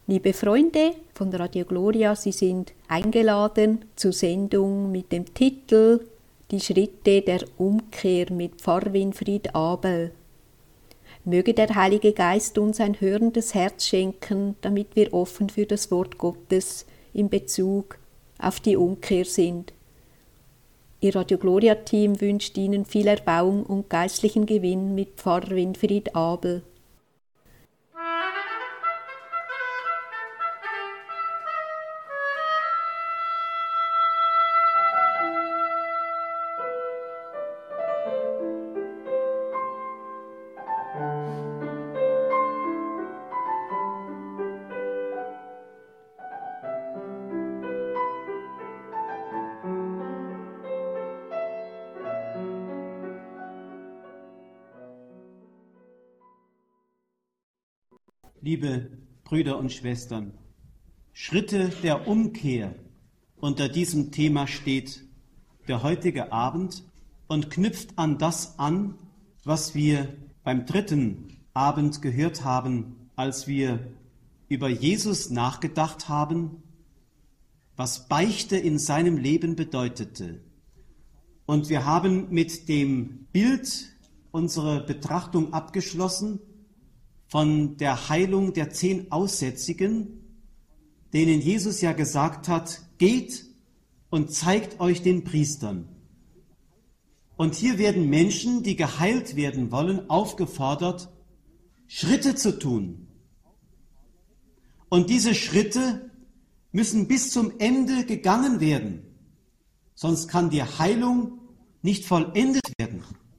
Liebe Freunde von Radio Gloria, Sie sind eingeladen zur Sendung mit dem Titel Die Schritte der Umkehr mit Pfarrer Winfried Abel. Möge der Heilige Geist uns ein hörendes Herz schenken, damit wir offen für das Wort Gottes in Bezug auf die Umkehr sind. Ihr Radio Gloria Team wünscht Ihnen viel Erbauung und geistlichen Gewinn mit Pfarrer Winfried Abel. Liebe Brüder und Schwestern, Schritte der Umkehr, unter diesem Thema steht der heutige Abend und knüpft an das an, was wir beim dritten Abend gehört haben, als wir über Jesus nachgedacht haben, was Beichte in seinem Leben bedeutete. Und wir haben mit dem Bild unsere Betrachtung abgeschlossen von der Heilung der 10 Aussätzigen, denen Jesus ja gesagt hat, geht und zeigt euch den Priestern. Und hier werden Menschen, die geheilt werden wollen, aufgefordert, Schritte zu tun. Und diese Schritte müssen bis zum Ende gegangen werden, sonst kann die Heilung nicht vollendet werden.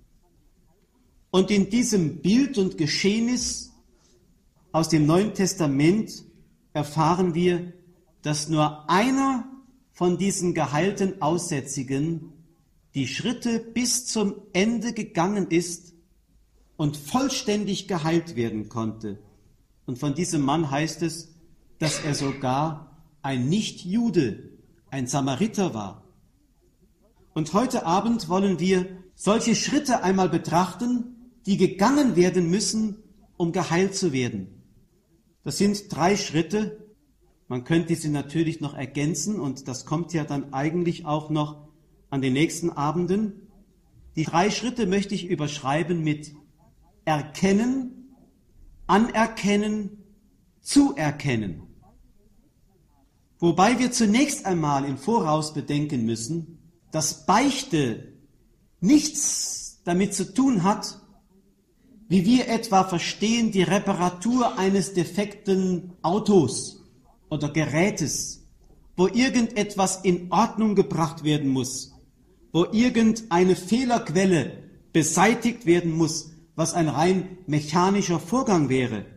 Und in diesem Bild und Geschehnis aus dem Neuen Testament erfahren wir, dass nur einer von diesen geheilten Aussätzigen die Schritte bis zum Ende gegangen ist und vollständig geheilt werden konnte. Und von diesem Mann heißt es, dass er sogar ein Nicht-Jude, ein Samariter war. Und heute Abend wollen wir solche Schritte einmal betrachten, die gegangen werden müssen, um geheilt zu werden. Das sind 3 Schritte. Man könnte sie natürlich noch ergänzen und das kommt ja dann eigentlich auch noch an den nächsten Abenden. Die 3 Schritte möchte ich überschreiben mit erkennen, anerkennen, zuerkennen. Wobei wir zunächst einmal im Voraus bedenken müssen, dass Beichte nichts damit zu tun hat, wie wir etwa verstehen die Reparatur eines defekten Autos oder Gerätes, wo irgendetwas in Ordnung gebracht werden muss, wo irgendeine Fehlerquelle beseitigt werden muss, was ein rein mechanischer Vorgang wäre.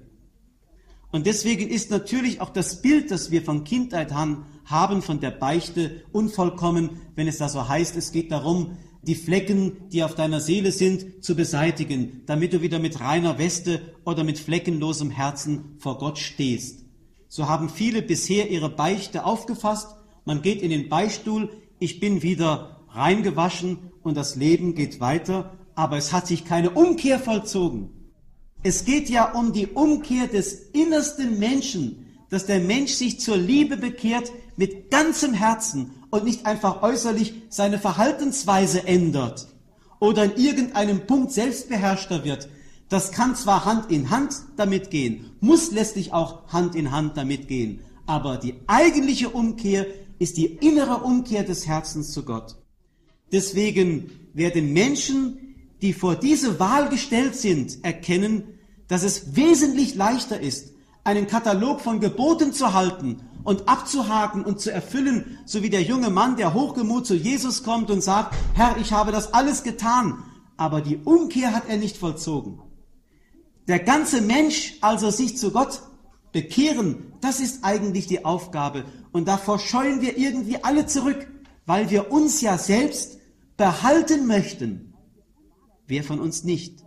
Und deswegen ist natürlich auch das Bild, das wir von Kindheit an haben, von der Beichte unvollkommen, wenn es da so heißt, es geht darum, die Flecken, die auf deiner Seele sind, zu beseitigen, damit du wieder mit reiner Weste oder mit fleckenlosem Herzen vor Gott stehst. So haben viele bisher ihre Beichte aufgefasst. Man geht in den Beichtstuhl, ich bin wieder reingewaschen und das Leben geht weiter, aber es hat sich keine Umkehr vollzogen. Es geht ja um die Umkehr des innersten Menschen, dass der Mensch sich zur Liebe bekehrt mit ganzem Herzen und nicht einfach äußerlich seine Verhaltensweise ändert oder in irgendeinem Punkt selbstbeherrschter wird. Das kann zwar Hand in Hand damit gehen, muss letztlich auch Hand in Hand damit gehen, aber die eigentliche Umkehr ist die innere Umkehr des Herzens zu Gott. Deswegen werden Menschen, die vor diese Wahl gestellt sind, erkennen, dass es wesentlich leichter ist, einen Katalog von Geboten zu halten und abzuhaken und zu erfüllen, so wie der junge Mann, der hochgemut zu Jesus kommt und sagt, Herr, ich habe das alles getan, aber die Umkehr hat er nicht vollzogen. Der ganze Mensch, also sich zu Gott bekehren, das ist eigentlich die Aufgabe. Und davor scheuen wir irgendwie alle zurück, weil wir uns ja selbst behalten möchten. Wer von uns nicht?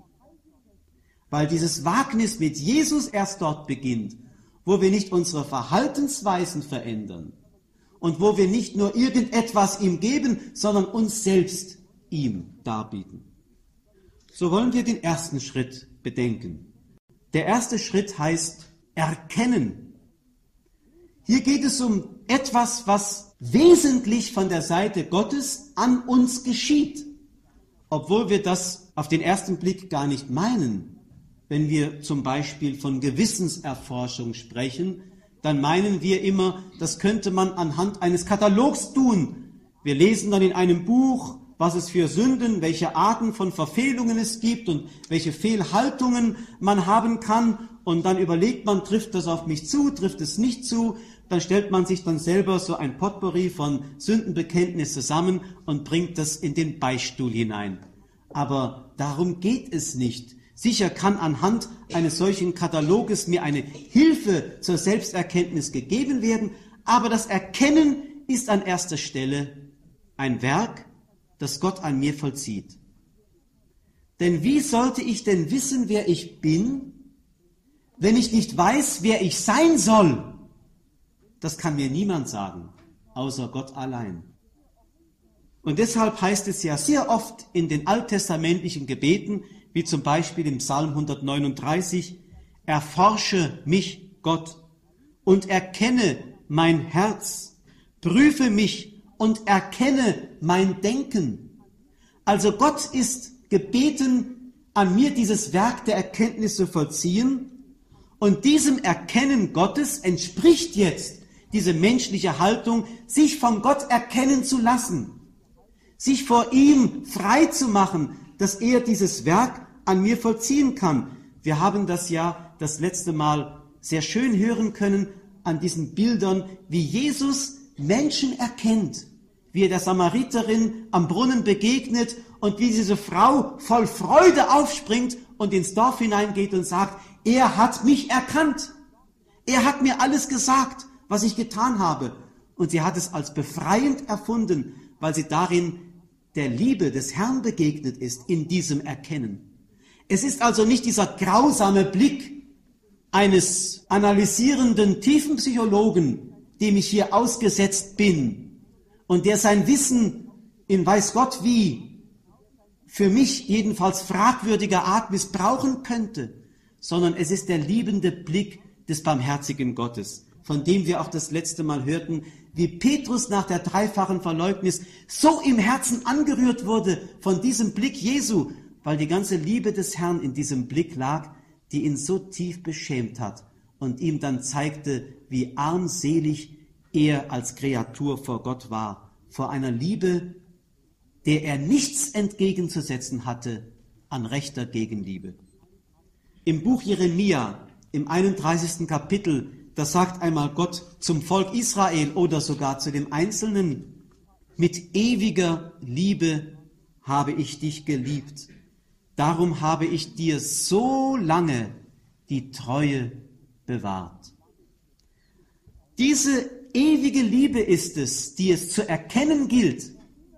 Weil dieses Wagnis mit Jesus erst dort beginnt, wo wir nicht unsere Verhaltensweisen verändern und wo wir nicht nur irgendetwas ihm geben, sondern uns selbst ihm darbieten. So wollen wir den ersten Schritt bedenken. Der erste Schritt heißt erkennen. Hier geht es um etwas, was wesentlich von der Seite Gottes an uns geschieht, obwohl wir das auf den ersten Blick gar nicht meinen. Wenn wir zum Beispiel von Gewissenserforschung sprechen, dann meinen wir immer, das könnte man anhand eines Katalogs tun. Wir lesen dann in einem Buch, was es für Sünden, welche Arten von Verfehlungen es gibt und welche Fehlhaltungen man haben kann. Und dann überlegt man, trifft das auf mich zu, trifft es nicht zu. Dann stellt man sich dann selber so ein Potpourri von Sündenbekenntnis zusammen und bringt das in den Beichtstuhl hinein. Aber darum geht es nicht. Sicher kann anhand eines solchen Kataloges mir eine Hilfe zur Selbsterkenntnis gegeben werden, aber das Erkennen ist an erster Stelle ein Werk, das Gott an mir vollzieht. Denn wie sollte ich denn wissen, wer ich bin, wenn ich nicht weiß, wer ich sein soll? Das kann mir niemand sagen, außer Gott allein. Und deshalb heißt es ja sehr oft in den alttestamentlichen Gebeten, wie zum Beispiel im Psalm 139, erforsche mich, Gott, und erkenne mein Herz, prüfe mich und erkenne mein Denken. Also Gott ist gebeten, an mir dieses Werk der Erkenntnis zu vollziehen, und diesem Erkennen Gottes entspricht jetzt diese menschliche Haltung, sich von Gott erkennen zu lassen, sich vor ihm frei zu machen, dass er dieses Werk an mir vollziehen kann. Wir haben das ja das letzte Mal sehr schön hören können an diesen Bildern, wie Jesus Menschen erkennt, wie er der Samariterin am Brunnen begegnet und wie diese Frau voll Freude aufspringt und ins Dorf hineingeht und sagt, er hat mich erkannt. Er hat mir alles gesagt, was ich getan habe. Und sie hat es als befreiend erfunden, weil sie darin der Liebe des Herrn begegnet ist, in diesem Erkennen. Es ist also nicht dieser grausame Blick eines analysierenden Tiefenpsychologen, dem ich hier ausgesetzt bin und der sein Wissen in weiß Gott wie für mich jedenfalls fragwürdiger Art missbrauchen könnte, sondern es ist der liebende Blick des barmherzigen Gottes, von dem wir auch das letzte Mal hörten, wie Petrus nach der dreifachen Verleugnis so im Herzen angerührt wurde von diesem Blick Jesu, weil die ganze Liebe des Herrn in diesem Blick lag, die ihn so tief beschämt hat und ihm dann zeigte, wie armselig er als Kreatur vor Gott war, vor einer Liebe, der er nichts entgegenzusetzen hatte an rechter Gegenliebe. Im Buch Jeremia, im 31. Kapitel, da sagt einmal Gott zum Volk Israel oder sogar zu dem Einzelnen, mit ewiger Liebe habe ich dich geliebt. Darum habe ich dir so lange die Treue bewahrt. Diese ewige Liebe ist es, die es zu erkennen gilt,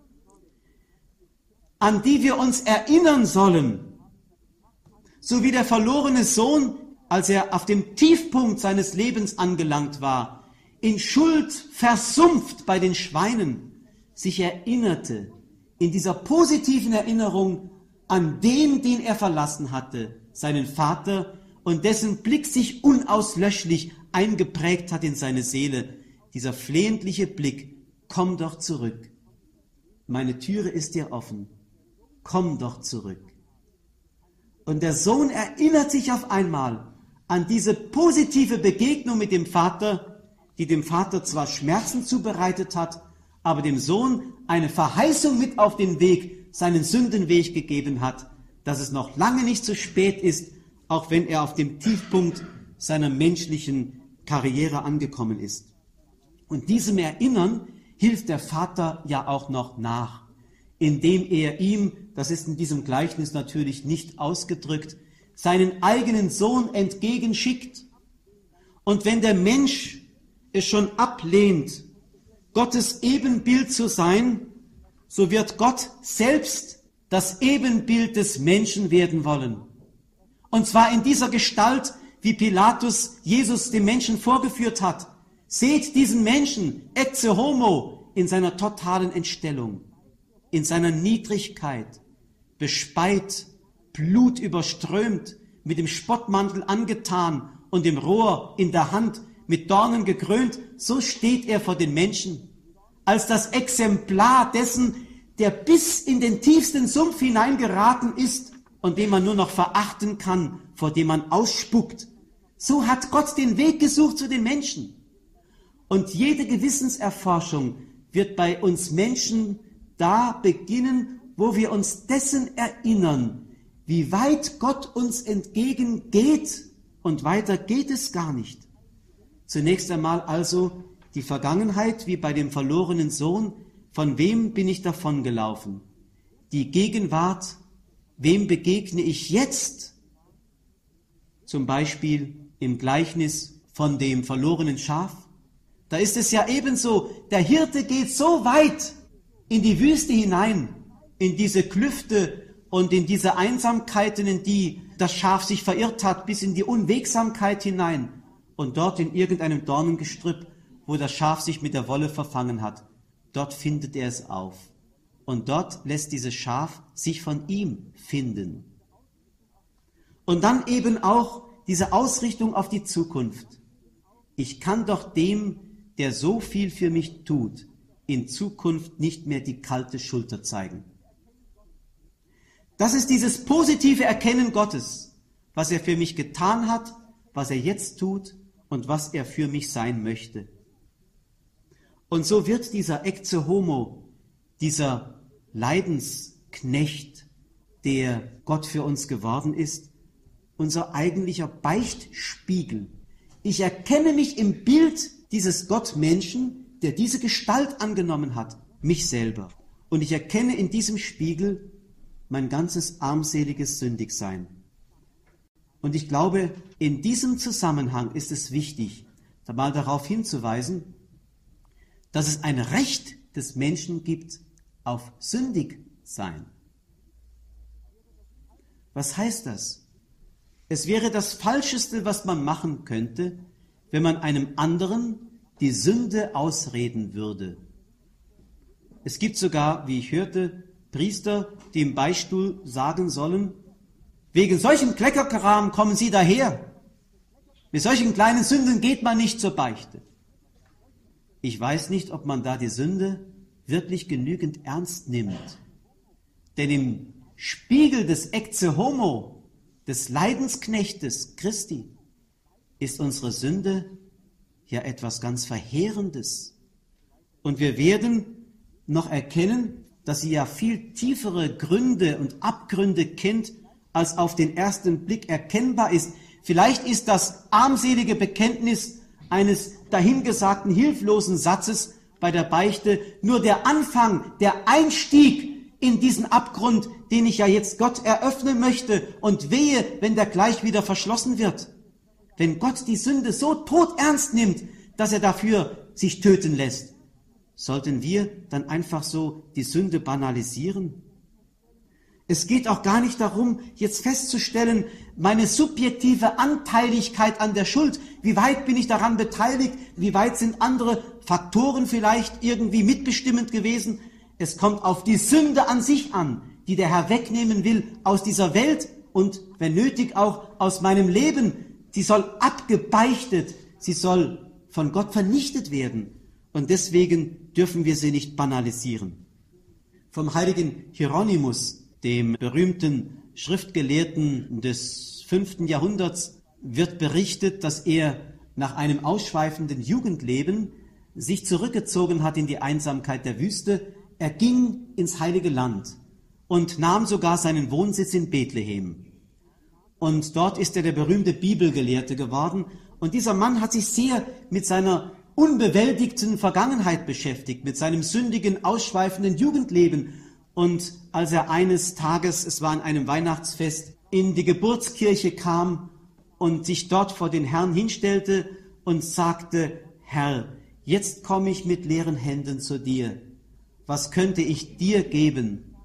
an die wir uns erinnern sollen, so wie der verlorene Sohn, als er auf dem Tiefpunkt seines Lebens angelangt war, in Schuld versumpft bei den Schweinen, sich erinnerte, in dieser positiven Erinnerung an den er verlassen hatte, seinen Vater, und dessen Blick sich unauslöschlich eingeprägt hat in seine Seele. Dieser flehentliche Blick, komm doch zurück. Meine Türe ist dir offen. Komm doch zurück. Und der Sohn erinnert sich auf einmal an diese positive Begegnung mit dem Vater, die dem Vater zwar Schmerzen zubereitet hat, aber dem Sohn eine Verheißung mit auf den Weg, seinen Sündenweg gegeben hat, dass es noch lange nicht zu spät ist, auch wenn er auf dem Tiefpunkt seiner menschlichen Karriere angekommen ist. Und diesem Erinnern hilft der Vater ja auch noch nach, indem er ihm, das ist in diesem Gleichnis natürlich nicht ausgedrückt, seinen eigenen Sohn entgegenschickt. Und wenn der Mensch es schon ablehnt, Gottes Ebenbild zu sein, so wird Gott selbst das Ebenbild des Menschen werden wollen. Und zwar in dieser Gestalt, wie Pilatus Jesus dem Menschen vorgeführt hat. Seht diesen Menschen, ecce homo, in seiner totalen Entstellung, in seiner Niedrigkeit, bespeit, blutüberströmt, mit dem Spottmantel angetan und dem Rohr in der Hand, mit Dornen gekrönt, so steht er vor den Menschen, als das Exemplar dessen, der bis in den tiefsten Sumpf hineingeraten ist und den man nur noch verachten kann, vor dem man ausspuckt. So hat Gott den Weg gesucht zu den Menschen. Und jede Gewissenserforschung wird bei uns Menschen da beginnen, wo wir uns dessen erinnern, wie weit Gott uns entgegengeht, und weiter geht es gar nicht. Zunächst einmal also die Vergangenheit, wie bei dem verlorenen Sohn. Von wem bin ich davongelaufen? Die Gegenwart, wem begegne ich jetzt? Zum Beispiel im Gleichnis von dem verlorenen Schaf. Da ist es ja ebenso, der Hirte geht so weit in die Wüste hinein, in diese Klüfte und in diese Einsamkeiten, in die das Schaf sich verirrt hat, bis in die Unwegsamkeit hinein und dort in irgendeinem Dornengestrüpp, wo das Schaf sich mit der Wolle verfangen hat, dort findet er es auf. Und dort lässt dieses Schaf sich von ihm finden. Und dann eben auch diese Ausrichtung auf die Zukunft. Ich kann doch dem, der so viel für mich tut, in Zukunft nicht mehr die kalte Schulter zeigen. Das ist dieses positive Erkennen Gottes, was er für mich getan hat, was er jetzt tut und was er für mich sein möchte. Und so wird dieser Ecce Homo, dieser Leidensknecht, der Gott für uns geworden ist, unser eigentlicher Beichtspiegel. Ich erkenne mich im Bild dieses Gottmenschen, der diese Gestalt angenommen hat, mich selber. Und ich erkenne in diesem Spiegel mein ganzes armseliges Sündigsein. Und ich glaube, in diesem Zusammenhang ist es wichtig, mal darauf hinzuweisen, dass es ein Recht des Menschen gibt auf Sündigsein. Was heißt das? Es wäre das Falscheste, was man machen könnte, wenn man einem anderen die Sünde ausreden würde. Es gibt sogar, wie ich hörte, Priester, die im Beichtstuhl sagen sollen, wegen solchem Kleckerkram kommen Sie daher. Mit solchen kleinen Sünden geht man nicht zur Beichte. Ich weiß nicht, ob man da die Sünde wirklich genügend ernst nimmt. Denn im Spiegel des Ecce Homo, des Leidensknechtes Christi, ist unsere Sünde ja etwas ganz Verheerendes. Und wir werden noch erkennen, dass sie ja viel tiefere Gründe und Abgründe kennt, als auf den ersten Blick erkennbar ist. Vielleicht ist das armselige Bekenntnis eines dahingesagten hilflosen Satzes bei der Beichte nur der Anfang, der Einstieg in diesen Abgrund, den ich ja jetzt Gott eröffnen möchte, und wehe, wenn der gleich wieder verschlossen wird. Wenn Gott die Sünde so todernst nimmt, dass er dafür sich töten lässt, sollten wir dann einfach so die Sünde banalisieren? Es geht auch gar nicht darum, jetzt festzustellen, meine subjektive Anteiligkeit an der Schuld. Wie weit bin ich daran beteiligt? Wie weit sind andere Faktoren vielleicht irgendwie mitbestimmend gewesen? Es kommt auf die Sünde an sich an, die der Herr wegnehmen will aus dieser Welt und, wenn nötig, auch aus meinem Leben. Sie soll abgebeichtet, sie soll von Gott vernichtet werden. Und deswegen dürfen wir sie nicht banalisieren. Vom heiligen Hieronymus, dem berühmten Schriftgelehrten des 5. Jahrhunderts, wird berichtet, dass er nach einem ausschweifenden Jugendleben sich zurückgezogen hat in die Einsamkeit der Wüste. Er ging ins Heilige Land und nahm sogar seinen Wohnsitz in Bethlehem. Und dort ist er der berühmte Bibelgelehrte geworden. Und dieser Mann hat sich sehr mit seiner unbewältigten Vergangenheit beschäftigt, mit seinem sündigen, ausschweifenden Jugendleben. Und als er eines Tages, es war an einem Weihnachtsfest, in die Geburtskirche kam und sich dort vor den Herrn hinstellte und sagte, Herr, jetzt komme ich mit leeren Händen zu dir. Was könnte ich dir geben?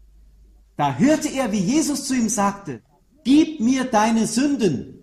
Da hörte er, wie Jesus zu ihm sagte, gib mir deine Sünden.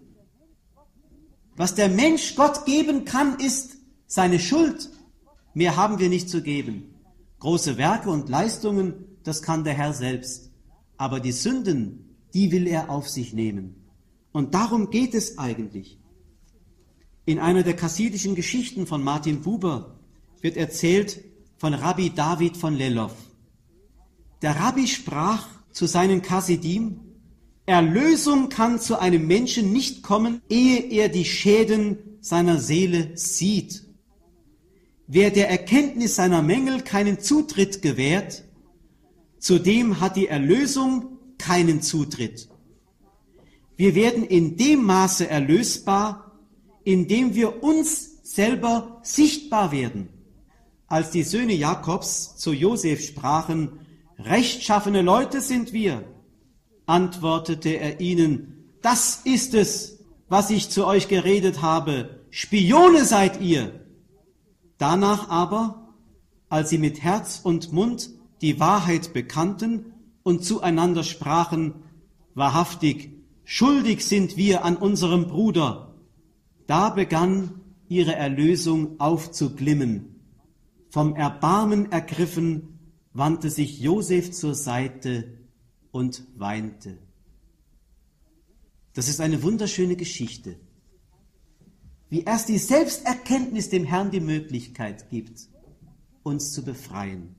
Was der Mensch Gott geben kann, ist seine Schuld. Mehr haben wir nicht zu geben. Große Werke und Leistungen, das kann der Herr selbst. Aber die Sünden, die will er auf sich nehmen. Und darum geht es eigentlich. In einer der chassidischen Geschichten von Martin Buber wird erzählt von Rabbi David von Lelov. Der Rabbi sprach zu seinen Chassidim: Erlösung kann zu einem Menschen nicht kommen, ehe er die Schäden seiner Seele sieht. Wer der Erkenntnis seiner Mängel keinen Zutritt gewährt, zu dem hat die Erlösung keinen Zutritt. Wir werden in dem Maße erlösbar, indem wir uns selber sichtbar werden. Als die Söhne Jakobs zu Josef sprachen: Rechtschaffene Leute sind wir, antwortete er ihnen: Das ist es, was ich zu euch geredet habe. Spione seid ihr. Danach aber, als sie mit Herz und Mund die Wahrheit bekannten und zueinander sprachen: Wahrhaftig, schuldig sind wir an unserem Bruder, da begann ihre Erlösung aufzuglimmen. Vom Erbarmen ergriffen, wandte sich Josef zur Seite und weinte. Das ist eine wunderschöne Geschichte, wie erst die Selbsterkenntnis dem Herrn die Möglichkeit gibt, uns zu befreien.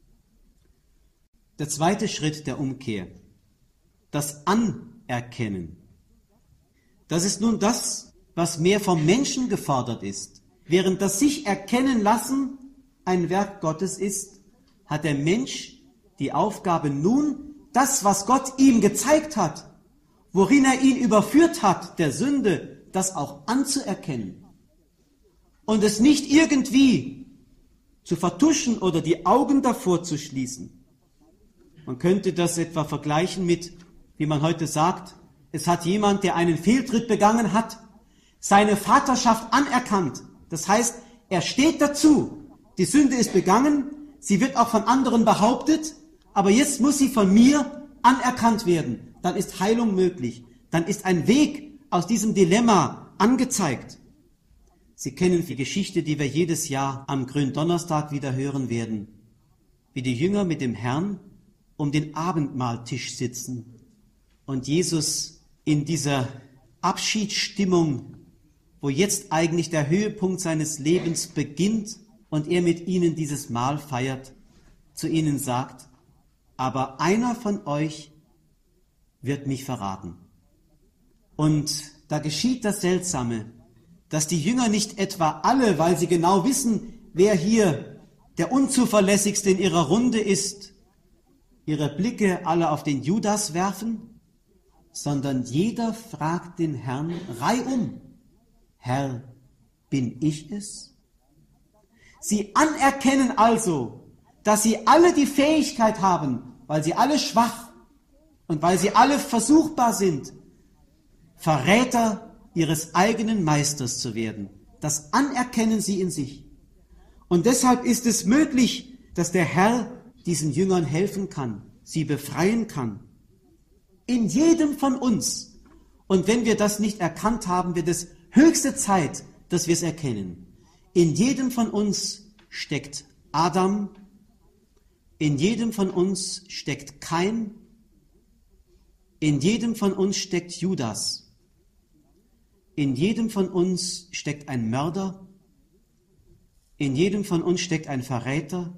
Der zweite Schritt der Umkehr, das Anerkennen. Das ist nun das, was mehr vom Menschen gefordert ist. Während das sich erkennen lassen ein Werk Gottes ist, hat der Mensch die Aufgabe nun, das, was Gott ihm gezeigt hat, worin er ihn überführt hat, der Sünde, das auch anzuerkennen und es nicht irgendwie zu vertuschen oder die Augen davor zu schließen. Man könnte das etwa vergleichen mit, wie man heute sagt, es hat jemand, der einen Fehltritt begangen hat, seine Vaterschaft anerkannt. Das heißt, er steht dazu. Die Sünde ist begangen, sie wird auch von anderen behauptet, aber jetzt muss sie von mir anerkannt werden. Dann ist Heilung möglich. Dann ist ein Weg aus diesem Dilemma angezeigt. Sie kennen die Geschichte, die wir jedes Jahr am Gründonnerstag wieder hören werden, wie die Jünger mit dem Herrn um den Abendmahltisch sitzen und Jesus in dieser Abschiedsstimmung, wo jetzt eigentlich der Höhepunkt seines Lebens beginnt und er mit ihnen dieses Mahl feiert, zu ihnen sagt: Aber einer von euch wird mich verraten. Und da geschieht das Seltsame, dass die Jünger nicht etwa alle, weil sie genau wissen, wer hier der Unzuverlässigste in ihrer Runde ist, ihre Blicke alle auf den Judas werfen, sondern jeder fragt den Herrn reihum: Herr, bin ich es? Sie anerkennen also, dass sie alle die Fähigkeit haben, weil sie alle schwach und weil sie alle versuchbar sind, Verräter ihres eigenen Meisters zu werden. Das anerkennen sie in sich. Und deshalb ist es möglich, dass der Herr diesen Jüngern helfen kann, sie befreien kann. In jedem von uns. Und wenn wir das nicht erkannt haben, wird es höchste Zeit, dass wir es erkennen. In jedem von uns steckt Adam, in jedem von uns steckt Kain, in jedem von uns steckt Judas, in jedem von uns steckt ein Mörder, in jedem von uns steckt ein Verräter,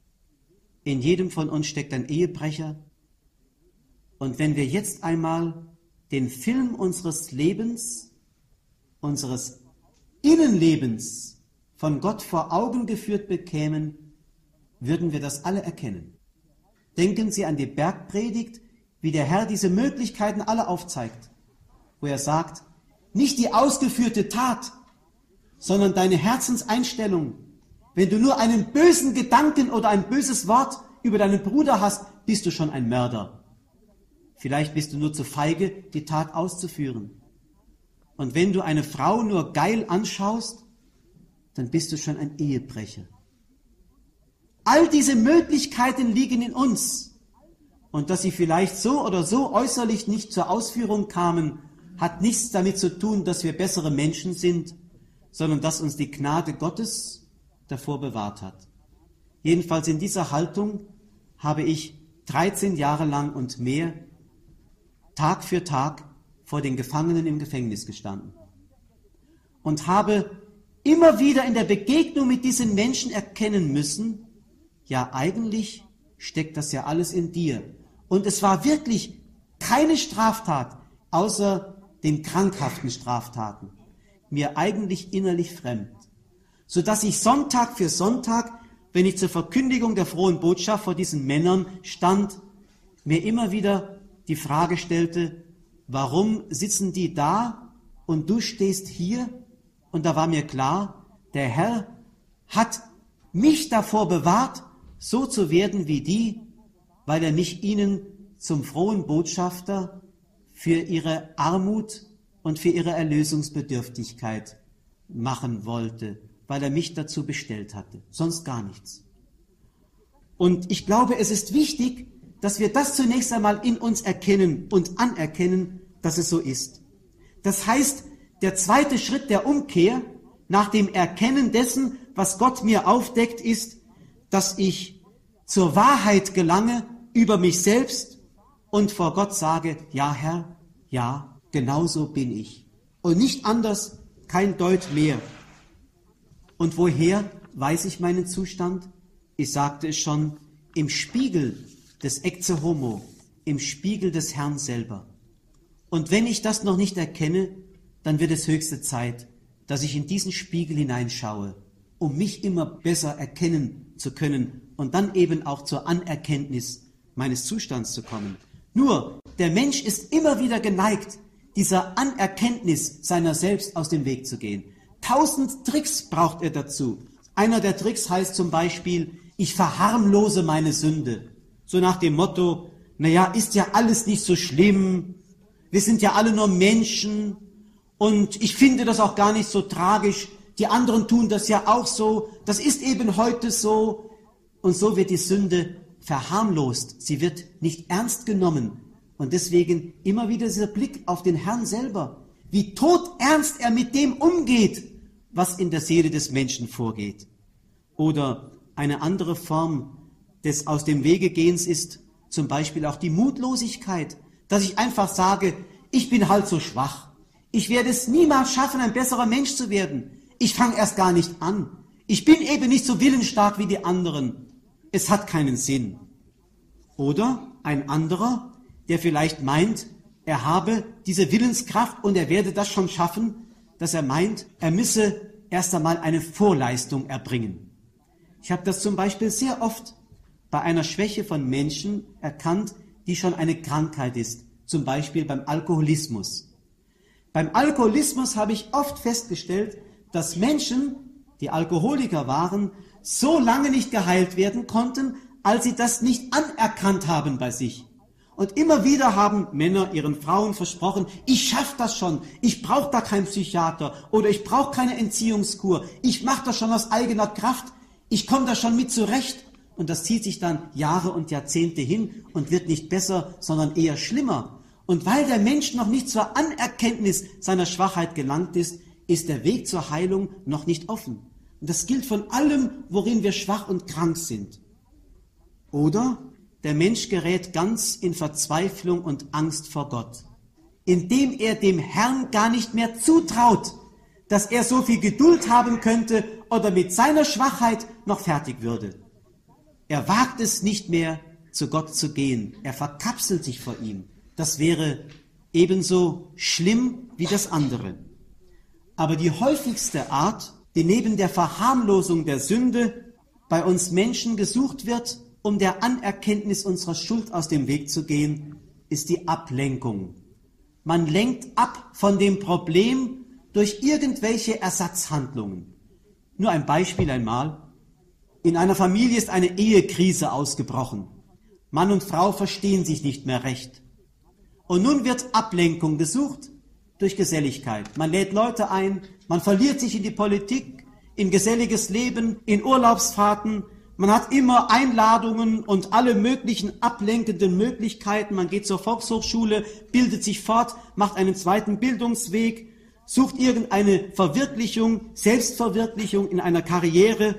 in jedem von uns steckt ein Ehebrecher. Und wenn wir jetzt einmal den Film unseres Lebens, unseres Innenlebens von Gott vor Augen geführt bekämen, würden wir das alle erkennen. Denken Sie an die Bergpredigt, wie der Herr diese Möglichkeiten alle aufzeigt, wo er sagt, nicht die ausgeführte Tat, sondern deine Herzenseinstellung. Wenn du nur einen bösen Gedanken oder ein böses Wort über deinen Bruder hast, bist du schon ein Mörder. Vielleicht bist du nur zu feige, die Tat auszuführen. Und wenn du eine Frau nur geil anschaust, dann bist du schon ein Ehebrecher. All diese Möglichkeiten liegen in uns. Und dass sie vielleicht so oder so äußerlich nicht zur Ausführung kamen, hat nichts damit zu tun, dass wir bessere Menschen sind, sondern dass uns die Gnade Gottes davor bewahrt hat. Jedenfalls in dieser Haltung habe ich 13 Jahre lang und mehr Tag für Tag vor den Gefangenen im Gefängnis gestanden. und habe immer wieder in der Begegnung mit diesen Menschen erkennen müssen, ja, eigentlich steckt das ja alles in dir. Und es war wirklich keine Straftat, außer den krankhaften Straftaten, mir eigentlich innerlich fremd, sodass ich Sonntag für Sonntag, wenn ich zur Verkündigung der frohen Botschaft vor diesen Männern stand, mir immer wieder die Frage stellte, warum sitzen die da und du stehst hier? Und da war mir klar, der Herr hat mich davor bewahrt, so zu werden wie die, weil er mich ihnen zum frohen Botschafter für ihre Armut und für ihre Erlösungsbedürftigkeit machen wollte, weil er mich dazu bestellt hatte, sonst gar nichts. Und ich glaube, es ist wichtig, dass wir das zunächst einmal in uns erkennen und anerkennen, dass es so ist. Das heißt, der zweite Schritt der Umkehr nach dem Erkennen dessen, was Gott mir aufdeckt, ist, dass ich zur Wahrheit gelange über mich selbst und vor Gott sage, ja Herr, ja, genau so bin ich. Und nicht anders, kein Deut mehr. Und woher weiß ich meinen Zustand? Ich sagte es schon, im Spiegel des Ecce Homo, im Spiegel des Herrn selber. Und wenn ich das noch nicht erkenne, dann wird es höchste Zeit, dass ich in diesen Spiegel hineinschaue, um mich immer besser erkennen zu können und dann eben auch zur Anerkenntnis meines Zustands zu kommen. Nur, der Mensch ist immer wieder geneigt, dieser Anerkenntnis seiner selbst aus dem Weg zu gehen. 1000 Tricks braucht er dazu. Einer der Tricks heißt zum Beispiel, ich verharmlose meine Sünde. So nach dem Motto, naja, ist ja alles nicht so schlimm, wir sind ja alle nur Menschen und ich finde das auch gar nicht so tragisch, die anderen tun das ja auch so, das ist eben heute so. Und so wird die Sünde verharmlost, sie wird nicht ernst genommen. Und deswegen immer wieder dieser Blick auf den Herrn selber, wie todernst er mit dem umgeht, was in der Seele des Menschen vorgeht. Oder eine andere Form des Aus dem Wegegehens ist zum Beispiel auch die Mutlosigkeit, dass ich einfach sage, ich bin halt so schwach. Ich werde es niemals schaffen, ein besserer Mensch zu werden. Ich fange erst gar nicht an. Ich bin eben nicht so willensstark wie die anderen. Es hat keinen Sinn. Oder ein anderer, der vielleicht meint, er habe diese Willenskraft und er werde das schon schaffen, dass er meint, er müsse erst einmal eine Vorleistung erbringen. Ich habe das zum Beispiel sehr oft bei einer Schwäche von Menschen erkannt, die schon eine Krankheit ist, zum Beispiel beim Alkoholismus. Beim Alkoholismus habe ich oft festgestellt, dass Menschen, die Alkoholiker waren, so lange nicht geheilt werden konnten, als sie das nicht anerkannt haben bei sich. Und immer wieder haben Männer ihren Frauen versprochen, ich schaffe das schon, ich brauche da keinen Psychiater oder ich brauche keine Entziehungskur, ich mache das schon aus eigener Kraft, ich komme da schon mit zurecht. Und das zieht sich dann Jahre und Jahrzehnte hin und wird nicht besser, sondern eher schlimmer. Und weil der Mensch noch nicht zur Anerkenntnis seiner Schwachheit gelangt ist, ist der Weg zur Heilung noch nicht offen. Und das gilt von allem, worin wir schwach und krank sind. Oder der Mensch gerät ganz in Verzweiflung und Angst vor Gott, indem er dem Herrn gar nicht mehr zutraut, dass er so viel Geduld haben könnte oder mit seiner Schwachheit noch fertig würde. Er wagt es nicht mehr, zu Gott zu gehen. Er verkapselt sich vor ihm. Das wäre ebenso schlimm wie das andere. Aber die häufigste Art, die neben der Verharmlosung der Sünde bei uns Menschen gesucht wird, um der Anerkenntnis unserer Schuld aus dem Weg zu gehen, ist die Ablenkung. Man lenkt ab von dem Problem durch irgendwelche Ersatzhandlungen. Nur ein Beispiel einmal. In einer Familie ist eine Ehekrise ausgebrochen. Mann und Frau verstehen sich nicht mehr recht. Und nun wird Ablenkung gesucht durch Geselligkeit. Man lädt Leute ein, man verliert sich in die Politik, in geselliges Leben, in Urlaubsfahrten. Man hat immer Einladungen und alle möglichen ablenkenden Möglichkeiten. Man geht zur Volkshochschule, bildet sich fort, macht einen zweiten Bildungsweg, sucht irgendeine Verwirklichung, Selbstverwirklichung in einer Karriere.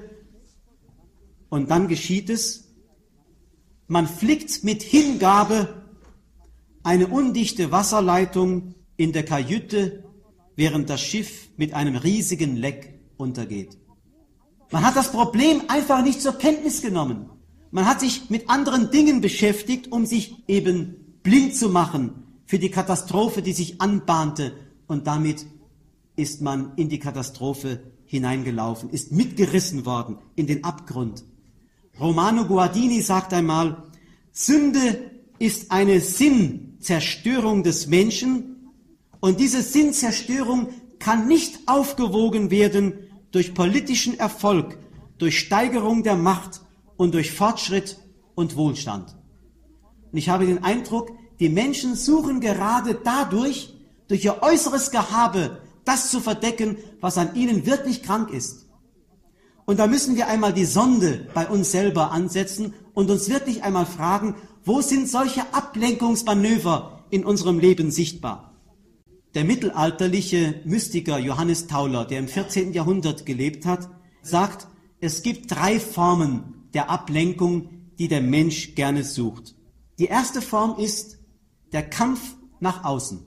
Und dann geschieht es, man flickt mit Hingabe eine undichte Wasserleitung in der Kajüte, während das Schiff mit einem riesigen Leck untergeht. Man hat das Problem einfach nicht zur Kenntnis genommen. Man hat sich mit anderen Dingen beschäftigt, um sich eben blind zu machen für die Katastrophe, die sich anbahnte. Und damit ist man in die Katastrophe hineingelaufen, ist mitgerissen worden in den Abgrund. Romano Guardini sagt einmal, Sünde ist eine Sinnzerstörung des Menschen und diese Sinnzerstörung kann nicht aufgewogen werden durch politischen Erfolg, durch Steigerung der Macht und durch Fortschritt und Wohlstand. Und ich habe den Eindruck, die Menschen suchen gerade dadurch, durch ihr äußeres Gehabe, das zu verdecken, was an ihnen wirklich krank ist. Und da müssen wir einmal die Sonde bei uns selber ansetzen und uns wirklich einmal fragen, wo sind solche Ablenkungsmanöver in unserem Leben sichtbar? Der mittelalterliche Mystiker Johannes Tauler, der im 14. Jahrhundert gelebt hat, sagt, es gibt 3 Formen der Ablenkung, die der Mensch gerne sucht. Die erste Form ist der Kampf nach außen.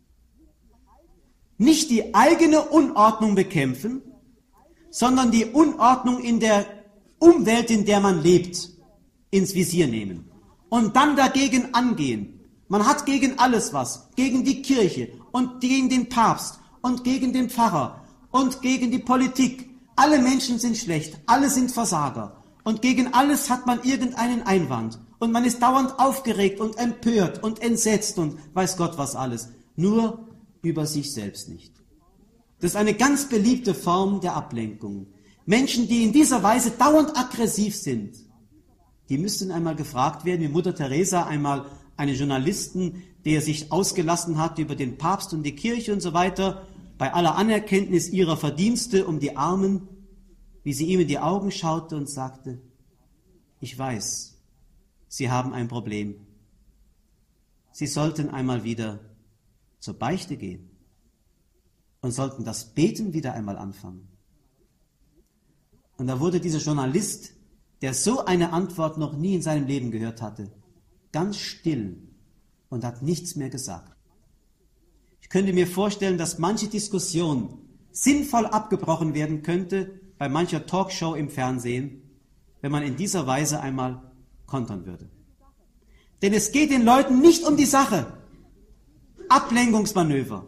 Nicht die eigene Unordnung bekämpfen, sondern die Unordnung in der Umwelt, in der man lebt, ins Visier nehmen und dann dagegen angehen. Man hat gegen alles was, gegen die Kirche und gegen den Papst und gegen den Pfarrer und gegen die Politik. Alle Menschen sind schlecht, alle sind Versager und gegen alles hat man irgendeinen Einwand und man ist dauernd aufgeregt und empört und entsetzt und weiß Gott was alles, nur über sich selbst nicht. Das ist eine ganz beliebte Form der Ablenkung. Menschen, die in dieser Weise dauernd aggressiv sind, die müssten einmal gefragt werden, wie Mutter Teresa einmal einen Journalisten, der sich ausgelassen hat über den Papst und die Kirche und so weiter, bei aller Anerkenntnis ihrer Verdienste um die Armen, wie sie ihm in die Augen schaute und sagte, ich weiß, Sie haben ein Problem. Sie sollten einmal wieder zur Beichte gehen und sollten das Beten wieder einmal anfangen. Und da wurde dieser Journalist, der so eine Antwort noch nie in seinem Leben gehört hatte, ganz still und hat nichts mehr gesagt. Ich könnte mir vorstellen, dass manche Diskussion sinnvoll abgebrochen werden könnte bei mancher Talkshow im Fernsehen, wenn man in dieser Weise einmal kontern würde. Denn es geht den Leuten nicht um die Sache. Ablenkungsmanöver.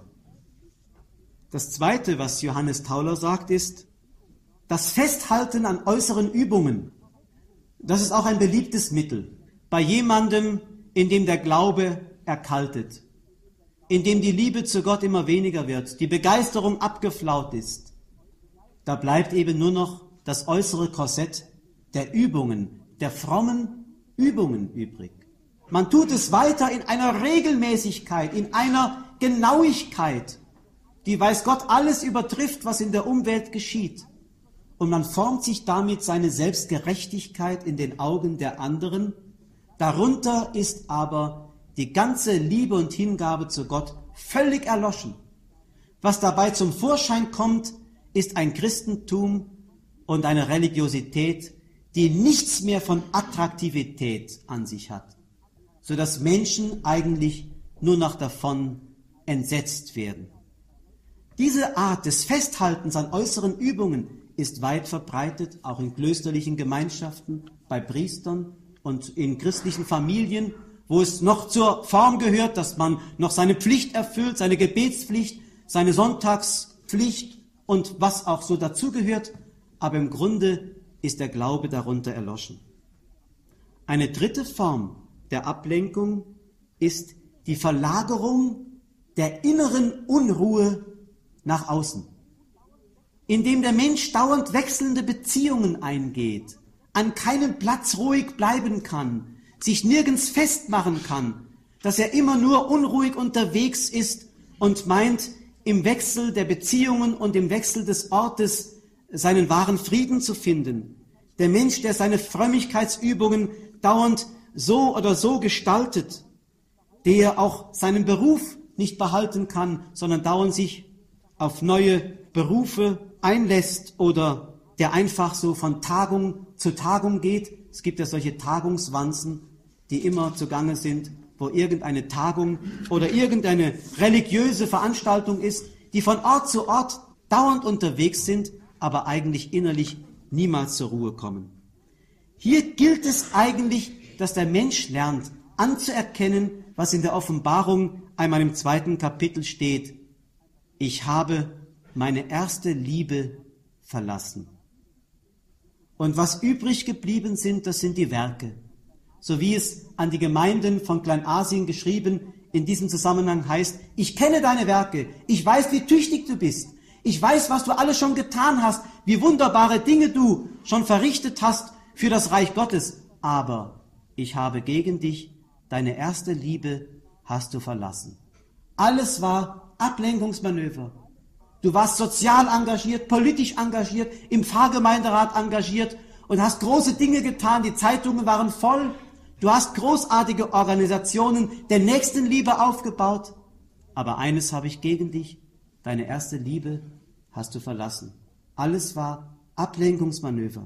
Das Zweite, was Johannes Tauler sagt, ist das Festhalten an äußeren Übungen. Das ist auch ein beliebtes Mittel. Bei jemandem, in dem der Glaube erkaltet, in dem die Liebe zu Gott immer weniger wird, die Begeisterung abgeflaut ist, da bleibt eben nur noch das äußere Korsett der Übungen, der frommen Übungen übrig. Man tut es weiter in einer Regelmäßigkeit, in einer Genauigkeit, die weiß Gott alles übertrifft, was in der Umwelt geschieht. Und man formt sich damit seine Selbstgerechtigkeit in den Augen der anderen. Darunter ist aber die ganze Liebe und Hingabe zu Gott völlig erloschen. Was dabei zum Vorschein kommt, ist ein Christentum und eine Religiosität, die nichts mehr von Attraktivität an sich hat, sodass Menschen eigentlich nur noch davon entsetzt werden. Diese Art des Festhaltens an äußeren Übungen ist weit verbreitet, auch in klösterlichen Gemeinschaften, bei Priestern und in christlichen Familien, wo es noch zur Form gehört, dass man noch seine Pflicht erfüllt, seine Gebetspflicht, seine Sonntagspflicht und was auch so dazugehört, aber im Grunde ist der Glaube darunter erloschen. Eine dritte Form der Ablenkung ist die Verlagerung der inneren Unruhe nach außen, indem der Mensch dauernd wechselnde Beziehungen eingeht, an keinem Platz ruhig bleiben kann, sich nirgends festmachen kann, dass er immer nur unruhig unterwegs ist und meint, im Wechsel der Beziehungen und im Wechsel des Ortes seinen wahren Frieden zu finden. Der Mensch, der seine Frömmigkeitsübungen dauernd so oder so gestaltet, der auch seinen Beruf nicht behalten kann, sondern dauernd sich auf neue Berufe einlässt oder der einfach so von Tagung zu Tagung geht. Es gibt ja solche Tagungswanzen, die immer zugange sind, wo irgendeine Tagung oder irgendeine religiöse Veranstaltung ist, die von Ort zu Ort dauernd unterwegs sind, aber eigentlich innerlich niemals zur Ruhe kommen. Hier gilt es eigentlich, dass der Mensch lernt, anzuerkennen, was in der Offenbarung einmal im 2. Kapitel steht. Ich habe meine erste Liebe verlassen. Und was übrig geblieben sind, das sind die Werke. So wie es an die Gemeinden von Kleinasien geschrieben in diesem Zusammenhang heißt, ich kenne deine Werke, ich weiß, wie tüchtig du bist, ich weiß, was du alles schon getan hast, wie wunderbare Dinge du schon verrichtet hast für das Reich Gottes, aber ich habe gegen dich, deine erste Liebe hast du verlassen. Alles war Ablenkungsmanöver. Du warst sozial engagiert, politisch engagiert, im Pfarrgemeinderat engagiert und hast große Dinge getan, die Zeitungen waren voll. Du hast großartige Organisationen der Nächstenliebe aufgebaut. Aber eines habe ich gegen dich, deine erste Liebe hast du verlassen. Alles war Ablenkungsmanöver.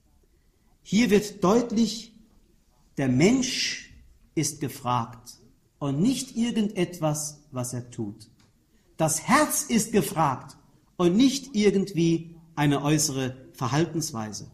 Hier wird deutlich, der Mensch ist gefragt und nicht irgendetwas, was er tut. Das Herz ist gefragt und nicht irgendwie eine äußere Verhaltensweise.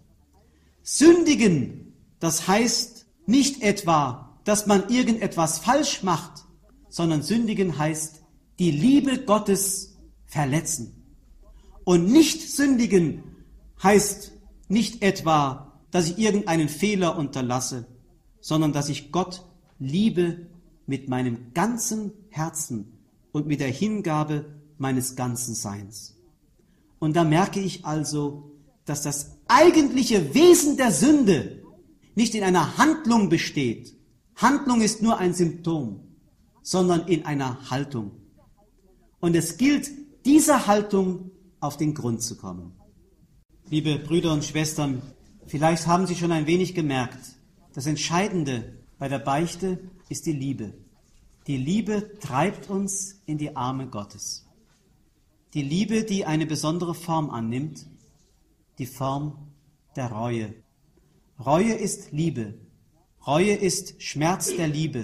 Sündigen, das heißt nicht etwa, dass man irgendetwas falsch macht, sondern sündigen heißt, die Liebe Gottes verletzen. Und nicht sündigen heißt nicht etwa, dass ich irgendeinen Fehler unterlasse, sondern dass ich Gott liebe mit meinem ganzen Herzen und mit der Hingabe meines ganzen Seins. Und da merke ich also, dass das eigentliche Wesen der Sünde nicht in einer Handlung besteht. Handlung ist nur ein Symptom, sondern in einer Haltung. Und es gilt, dieser Haltung auf den Grund zu kommen. Liebe Brüder und Schwestern, vielleicht haben Sie schon ein wenig gemerkt, das Entscheidende bei der Beichte ist die Liebe. Die Liebe treibt uns in die Arme Gottes. Die Liebe, die eine besondere Form annimmt, die Form der Reue. Reue ist Liebe. Reue ist Schmerz der Liebe.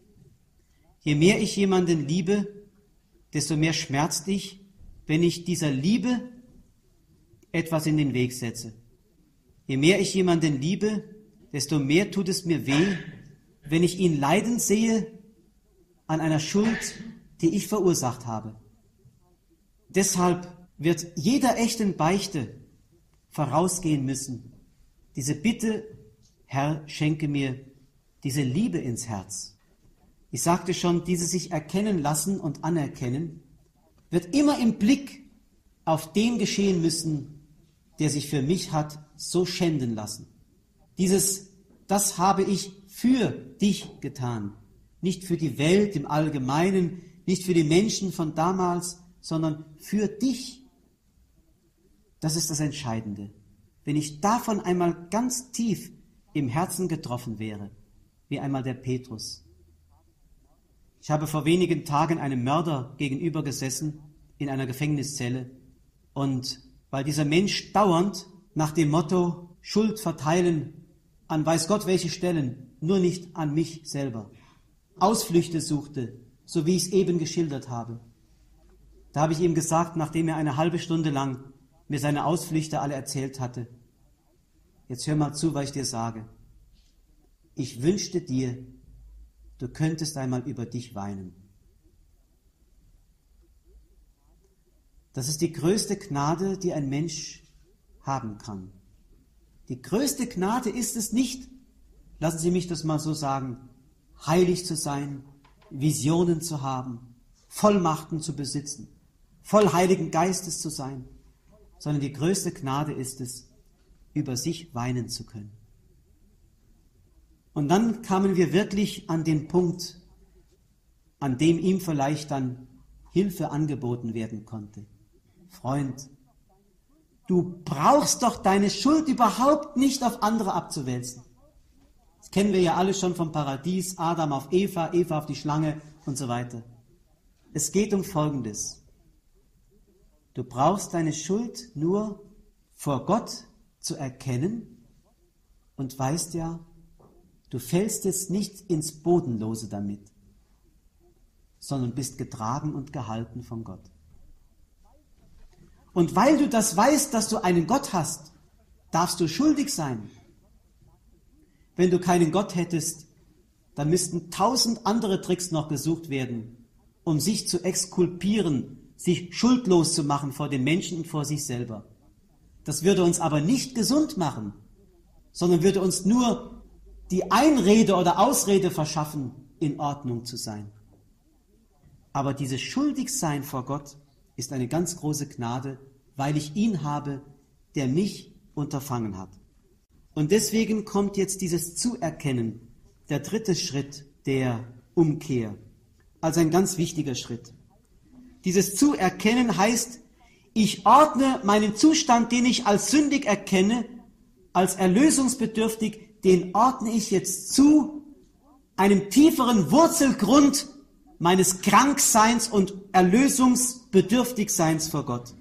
Je mehr ich jemanden liebe, desto mehr schmerzt ich, wenn ich dieser Liebe etwas in den Weg setze. Je mehr ich jemanden liebe, desto mehr tut es mir weh, wenn ich ihn leiden sehe an einer Schuld, die ich verursacht habe. Deshalb wird jeder echten Beichte vorausgehen müssen. Diese Bitte, Herr, schenke mir diese Liebe ins Herz. Ich sagte schon, dieses sich erkennen lassen und anerkennen, wird immer im Blick auf den geschehen müssen, der sich für mich hat so schänden lassen. Das habe ich für dich getan. Nicht für die Welt im Allgemeinen, nicht für die Menschen von damals, sondern für dich. Das ist das Entscheidende. Wenn ich davon einmal ganz tief im Herzen getroffen wäre, wie einmal der Petrus. Ich habe vor wenigen Tagen einem Mörder gegenüber gesessen in einer Gefängniszelle und weil dieser Mensch dauernd nach dem Motto Schuld verteilen an weiß Gott welche Stellen, nur nicht an mich selber, Ausflüchte suchte, so wie ich es eben geschildert habe. Da habe ich ihm gesagt, nachdem er eine halbe Stunde lang mir seine Ausflüchte alle erzählt hatte, jetzt hör mal zu, was ich dir sage. Ich wünschte dir, du könntest einmal über dich weinen. Das ist die größte Gnade, die ein Mensch haben kann. Die größte Gnade ist es nicht, lassen Sie mich das mal so sagen, heilig zu sein, Visionen zu haben, Vollmachten zu besitzen, voll Heiligen Geistes zu sein, sondern die größte Gnade ist es, über sich weinen zu können. Und dann kamen wir wirklich an den Punkt, an dem ihm vielleicht dann Hilfe angeboten werden konnte. Freund, du brauchst doch deine Schuld überhaupt nicht auf andere abzuwälzen. Das kennen wir ja alle schon vom Paradies, Adam auf Eva, Eva auf die Schlange und so weiter. Es geht um Folgendes. Du brauchst deine Schuld nur vor Gott zu erkennen und weißt ja, du fällst jetzt nicht ins Bodenlose damit, sondern bist getragen und gehalten von Gott. Und weil du das weißt, dass du einen Gott hast, darfst du schuldig sein. Wenn du keinen Gott hättest, dann müssten 1000 andere Tricks noch gesucht werden, um sich zu exkulpieren, sich schuldlos zu machen vor den Menschen und vor sich selber. Das würde uns aber nicht gesund machen, sondern würde uns nur die Einrede oder Ausrede verschaffen, in Ordnung zu sein. Aber dieses Schuldigsein vor Gott ist eine ganz große Gnade, weil ich ihn habe, der mich unterfangen hat. Und deswegen kommt jetzt dieses Zuerkennen, der dritte Schritt der Umkehr, als ein ganz wichtiger Schritt. Dieses Zuerkennen heißt, ich ordne meinen Zustand, den ich als sündig erkenne, als erlösungsbedürftig, den ordne ich jetzt zu einem tieferen Wurzelgrund meines Krankseins und Erlösungsbedürftigseins vor Gott.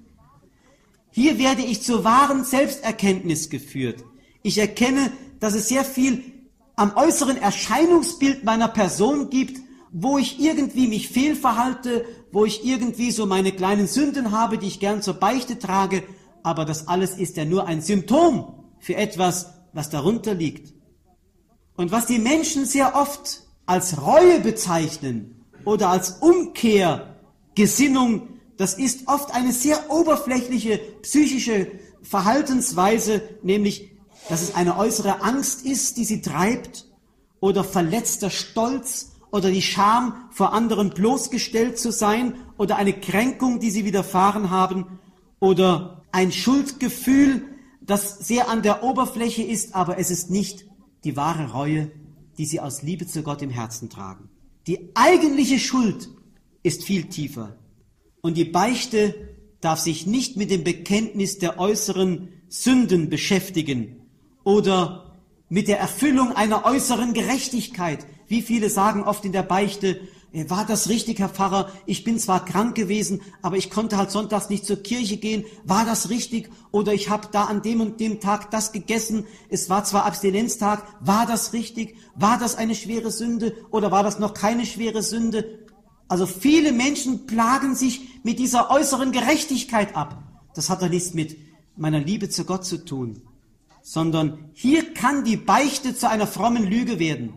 Hier werde ich zur wahren Selbsterkenntnis geführt. Ich erkenne, dass es sehr viel am äußeren Erscheinungsbild meiner Person gibt, wo ich irgendwie mich fehlverhalte, wo ich irgendwie so meine kleinen Sünden habe, die ich gern zur Beichte trage, aber das alles ist ja nur ein Symptom für etwas, was darunter liegt. Und was die Menschen sehr oft als Reue bezeichnen oder als Umkehrgesinnung, das ist oft eine sehr oberflächliche psychische Verhaltensweise, nämlich, dass es eine äußere Angst ist, die sie treibt, oder verletzter Stolz, oder die Scham, vor anderen bloßgestellt zu sein, oder eine Kränkung, die sie widerfahren haben, oder ein Schuldgefühl, das sehr an der Oberfläche ist, aber es ist nicht die wahre Reue, die sie aus Liebe zu Gott im Herzen tragen. Die eigentliche Schuld ist viel tiefer. Und die Beichte darf sich nicht mit dem Bekenntnis der äußeren Sünden beschäftigen oder mit der Erfüllung einer äußeren Gerechtigkeit. Wie viele sagen oft in der Beichte, war das richtig, Herr Pfarrer? Ich bin zwar krank gewesen, aber ich konnte halt sonntags nicht zur Kirche gehen. War das richtig? Oder ich habe da an dem und dem Tag das gegessen. Es war zwar Abstinenztag. War das richtig? War das eine schwere Sünde? Oder war das noch keine schwere Sünde? Also viele Menschen plagen sich mit dieser äußeren Gerechtigkeit ab. Das hat doch nichts mit meiner Liebe zu Gott zu tun, sondern hier kann die Beichte zu einer frommen Lüge werden.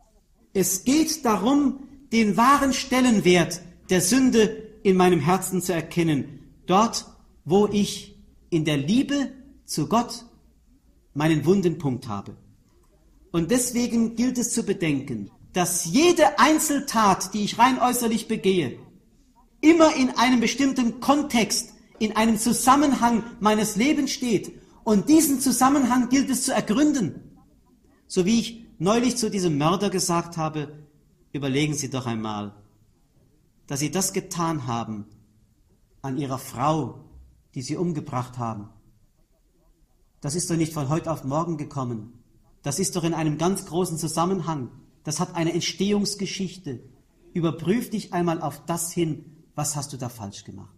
Es geht darum, den wahren Stellenwert der Sünde in meinem Herzen zu erkennen. Dort, wo ich in der Liebe zu Gott meinen wunden Punkt habe. Und deswegen gilt es zu bedenken, dass jede Einzeltat, die ich rein äußerlich begehe, immer in einem bestimmten Kontext, in einem Zusammenhang meines Lebens steht. Und diesen Zusammenhang gilt es zu ergründen. So wie ich neulich zu diesem Mörder gesagt habe, überlegen Sie doch einmal, dass Sie das getan haben an Ihrer Frau, die Sie umgebracht haben. Das ist doch nicht von heute auf morgen gekommen. Das ist doch in einem ganz großen Zusammenhang. Das hat eine Entstehungsgeschichte. Überprüf dich einmal auf das hin, was hast du da falsch gemacht.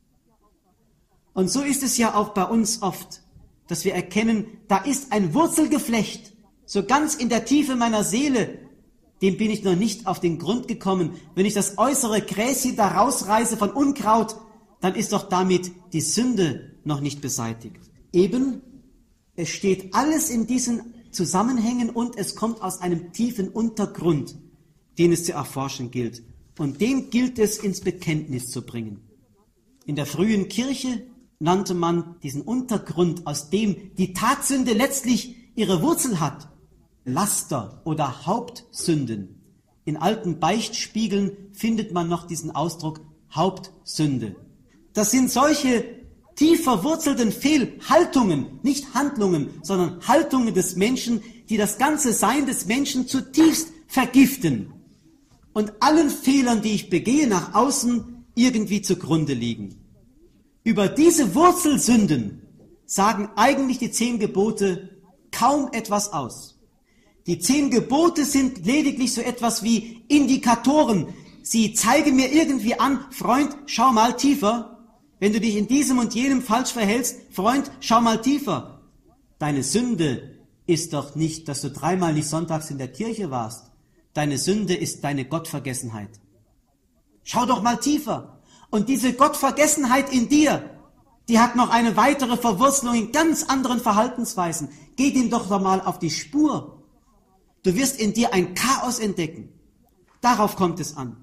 Und so ist es ja auch bei uns oft, dass wir erkennen, da ist ein Wurzelgeflecht, so ganz in der Tiefe meiner Seele, dem bin ich noch nicht auf den Grund gekommen. Wenn ich das äußere Gräschen da rausreiße von Unkraut, dann ist doch damit die Sünde noch nicht beseitigt. Eben, es steht alles in diesen Zusammenhängen und es kommt aus einem tiefen Untergrund, den es zu erforschen gilt. Und den gilt es ins Bekenntnis zu bringen. In der frühen Kirche nannte man diesen Untergrund, aus dem die Tatsünde letztlich ihre Wurzel hat, Laster oder Hauptsünden. In alten Beichtspiegeln findet man noch diesen Ausdruck Hauptsünde. Das sind solche tief verwurzelten Fehlhaltungen, nicht Handlungen, sondern Haltungen des Menschen, die das ganze Sein des Menschen zutiefst vergiften und allen Fehlern, die ich begehe, nach außen irgendwie zugrunde liegen. Über diese Wurzelsünden sagen eigentlich die 10 Gebote kaum etwas aus. Die 10 Gebote sind lediglich so etwas wie Indikatoren. Sie zeigen mir irgendwie an, Freund, schau mal tiefer. Wenn du dich in diesem und jenem falsch verhältst, Freund, schau mal tiefer. Deine Sünde ist doch nicht, dass du 3-mal nicht sonntags in der Kirche warst. Deine Sünde ist deine Gottvergessenheit. Schau doch mal tiefer. Und diese Gottvergessenheit in dir, Die hat noch eine weitere Verwurzelung in ganz anderen Verhaltensweisen. Geh dem doch mal auf die Spur. Du wirst in dir ein Chaos entdecken. Darauf kommt es an.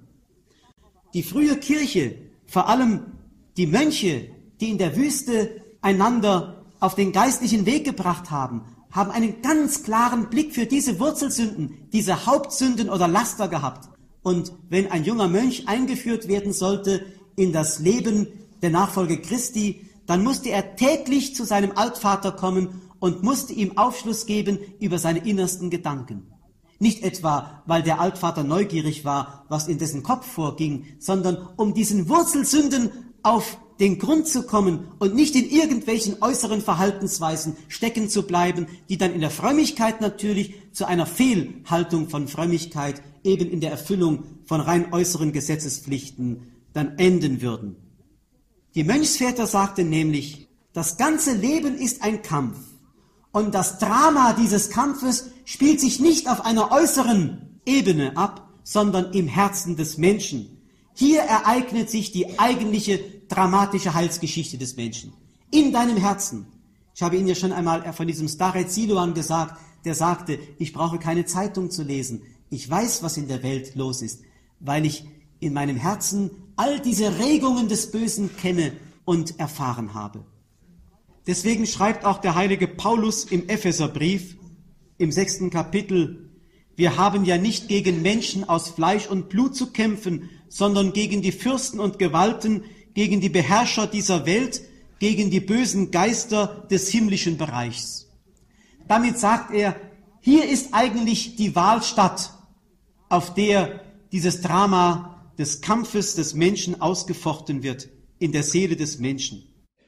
Die frühe Kirche, vor allem die Mönche, die in der Wüste einander auf den geistlichen Weg gebracht haben, haben einen ganz klaren Blick für diese Wurzelsünden, diese Hauptsünden oder Laster gehabt. Und wenn ein junger Mönch eingeführt werden sollte in das Leben der Nachfolge Christi, dann musste er täglich zu seinem Altvater kommen und musste ihm Aufschluss geben über seine innersten Gedanken. Nicht etwa, weil der Altvater neugierig war, was in dessen Kopf vorging, sondern um diesen Wurzelsünden auf den Grund zu kommen und nicht in irgendwelchen äußeren Verhaltensweisen stecken zu bleiben, die dann in der Frömmigkeit natürlich zu einer Fehlhaltung von Frömmigkeit, eben in der Erfüllung von rein äußeren Gesetzespflichten, dann enden würden. Die Mönchsväter sagten nämlich, das ganze Leben ist ein Kampf und das Drama dieses Kampfes spielt sich nicht auf einer äußeren Ebene ab, sondern im Herzen des Menschen. Hier ereignet sich die eigentliche dramatische Heilsgeschichte des Menschen. In deinem Herzen. Ich habe Ihnen ja schon einmal von diesem Starets Siloan gesagt, der sagte, ich brauche keine Zeitung zu lesen. Ich weiß, was in der Welt los ist, weil ich in meinem Herzen all diese Regungen des Bösen kenne und erfahren habe. Deswegen schreibt auch der heilige Paulus im Epheserbrief im 6. Kapitel, wir haben ja nicht gegen Menschen aus Fleisch und Blut zu kämpfen, sondern gegen die Fürsten und Gewalten, gegen die Beherrscher dieser Welt, gegen die bösen Geister des himmlischen Bereichs. Damit sagt er, hier ist eigentlich die Wahlstatt, auf der dieses Drama des Kampfes des Menschen ausgefochten wird, in der Seele des Menschen.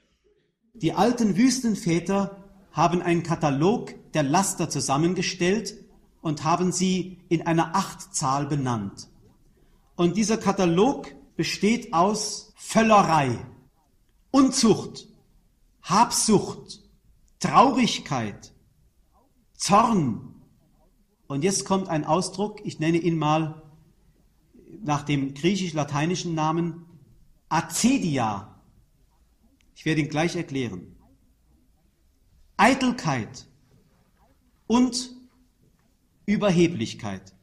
Die alten Wüstenväter haben einen Katalog der Laster zusammengestellt und haben sie in einer 8-Zahl benannt. Und dieser Katalog besteht aus Völlerei, Unzucht, Habsucht, Traurigkeit, Zorn. Und jetzt kommt ein Ausdruck, ich nenne ihn mal nach dem griechisch-lateinischen Namen Acedia. Ich werde ihn gleich erklären. Eitelkeit und Überheblichkeit.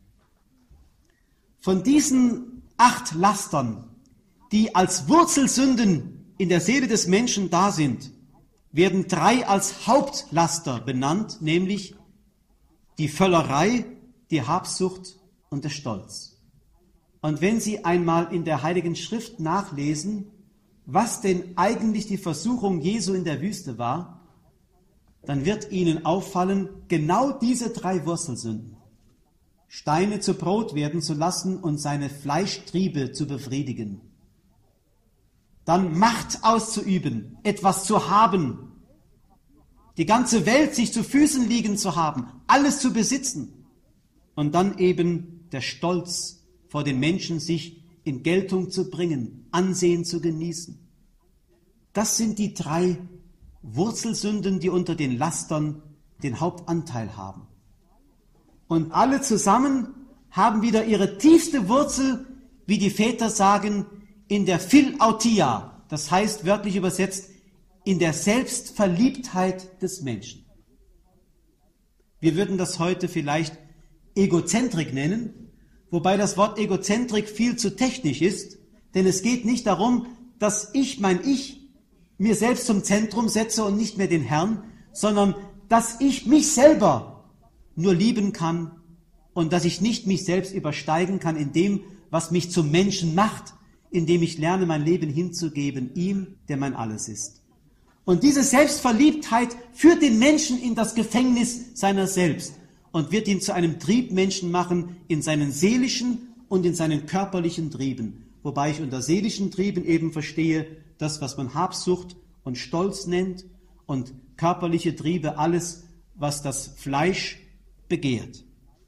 Von diesen 8 Lastern, die als Wurzelsünden in der Seele des Menschen da sind, werden 3 als Hauptlaster benannt, nämlich die Völlerei, die Habsucht und der Stolz. Und wenn Sie einmal in der Heiligen Schrift nachlesen, was denn eigentlich die Versuchung Jesu in der Wüste war, dann wird Ihnen auffallen, genau diese 3 Wurzelsünden. Steine zu Brot werden zu lassen und seine Fleischtriebe zu befriedigen. Dann Macht auszuüben, etwas zu haben, die ganze Welt sich zu Füßen liegen zu haben, alles zu besitzen. Und dann eben der Stolz vor den Menschen, sich in Geltung zu bringen, Ansehen zu genießen. Das sind die 3 Wurzelsünden, die unter den Lastern den Hauptanteil haben. Und alle zusammen haben wieder ihre tiefste Wurzel, wie die Väter sagen, in der Philautia, das heißt wörtlich übersetzt, in der Selbstverliebtheit des Menschen. Wir würden das heute vielleicht Egozentrik nennen, wobei das Wort Egozentrik viel zu technisch ist, denn es geht nicht darum, dass mein Ich mir selbst zum Zentrum setze und nicht mehr den Herrn, sondern dass ich mich selber nur lieben kann und dass ich nicht mich selbst übersteigen kann in dem, was mich zum Menschen macht, indem ich lerne, mein Leben hinzugeben, ihm, der mein Alles ist. Und diese Selbstverliebtheit führt den Menschen in das Gefängnis seiner selbst und wird ihn zu einem Triebmenschen machen in seinen seelischen und in seinen körperlichen Trieben. Wobei ich unter seelischen Trieben eben verstehe, das, was man Habsucht und Stolz nennt, und körperliche Triebe, alles, was das Fleisch begehrt.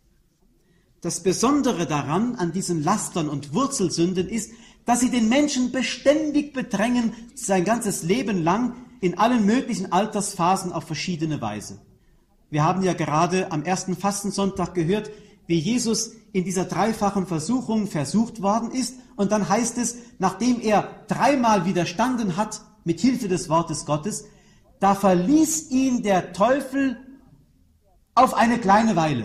Das Besondere daran, an diesen Lastern und Wurzelsünden ist, dass sie den Menschen beständig bedrängen, sein ganzes Leben lang, in allen möglichen Altersphasen auf verschiedene Weise. Wir haben ja gerade am ersten Fastensonntag gehört, wie Jesus in dieser dreifachen Versuchung versucht worden ist. Und dann heißt es, nachdem er 3-mal widerstanden hat, mit Hilfe des Wortes Gottes, da verließ ihn der Teufel auf eine kleine Weile.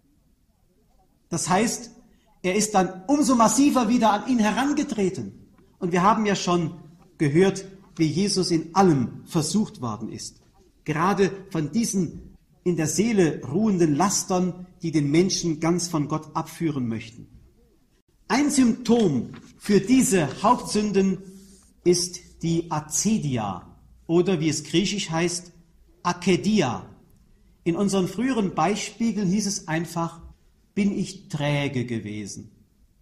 Das heißt, er ist dann umso massiver wieder an ihn herangetreten. Und wir haben ja schon gehört, wie Jesus in allem versucht worden ist. Gerade von diesen in der Seele ruhenden Lastern, die den Menschen ganz von Gott abführen möchten. Ein Symptom für diese Hauptsünden ist die Acedia oder wie es griechisch heißt, Akedia. In unseren früheren Beispielen hieß es einfach, bin ich träge gewesen.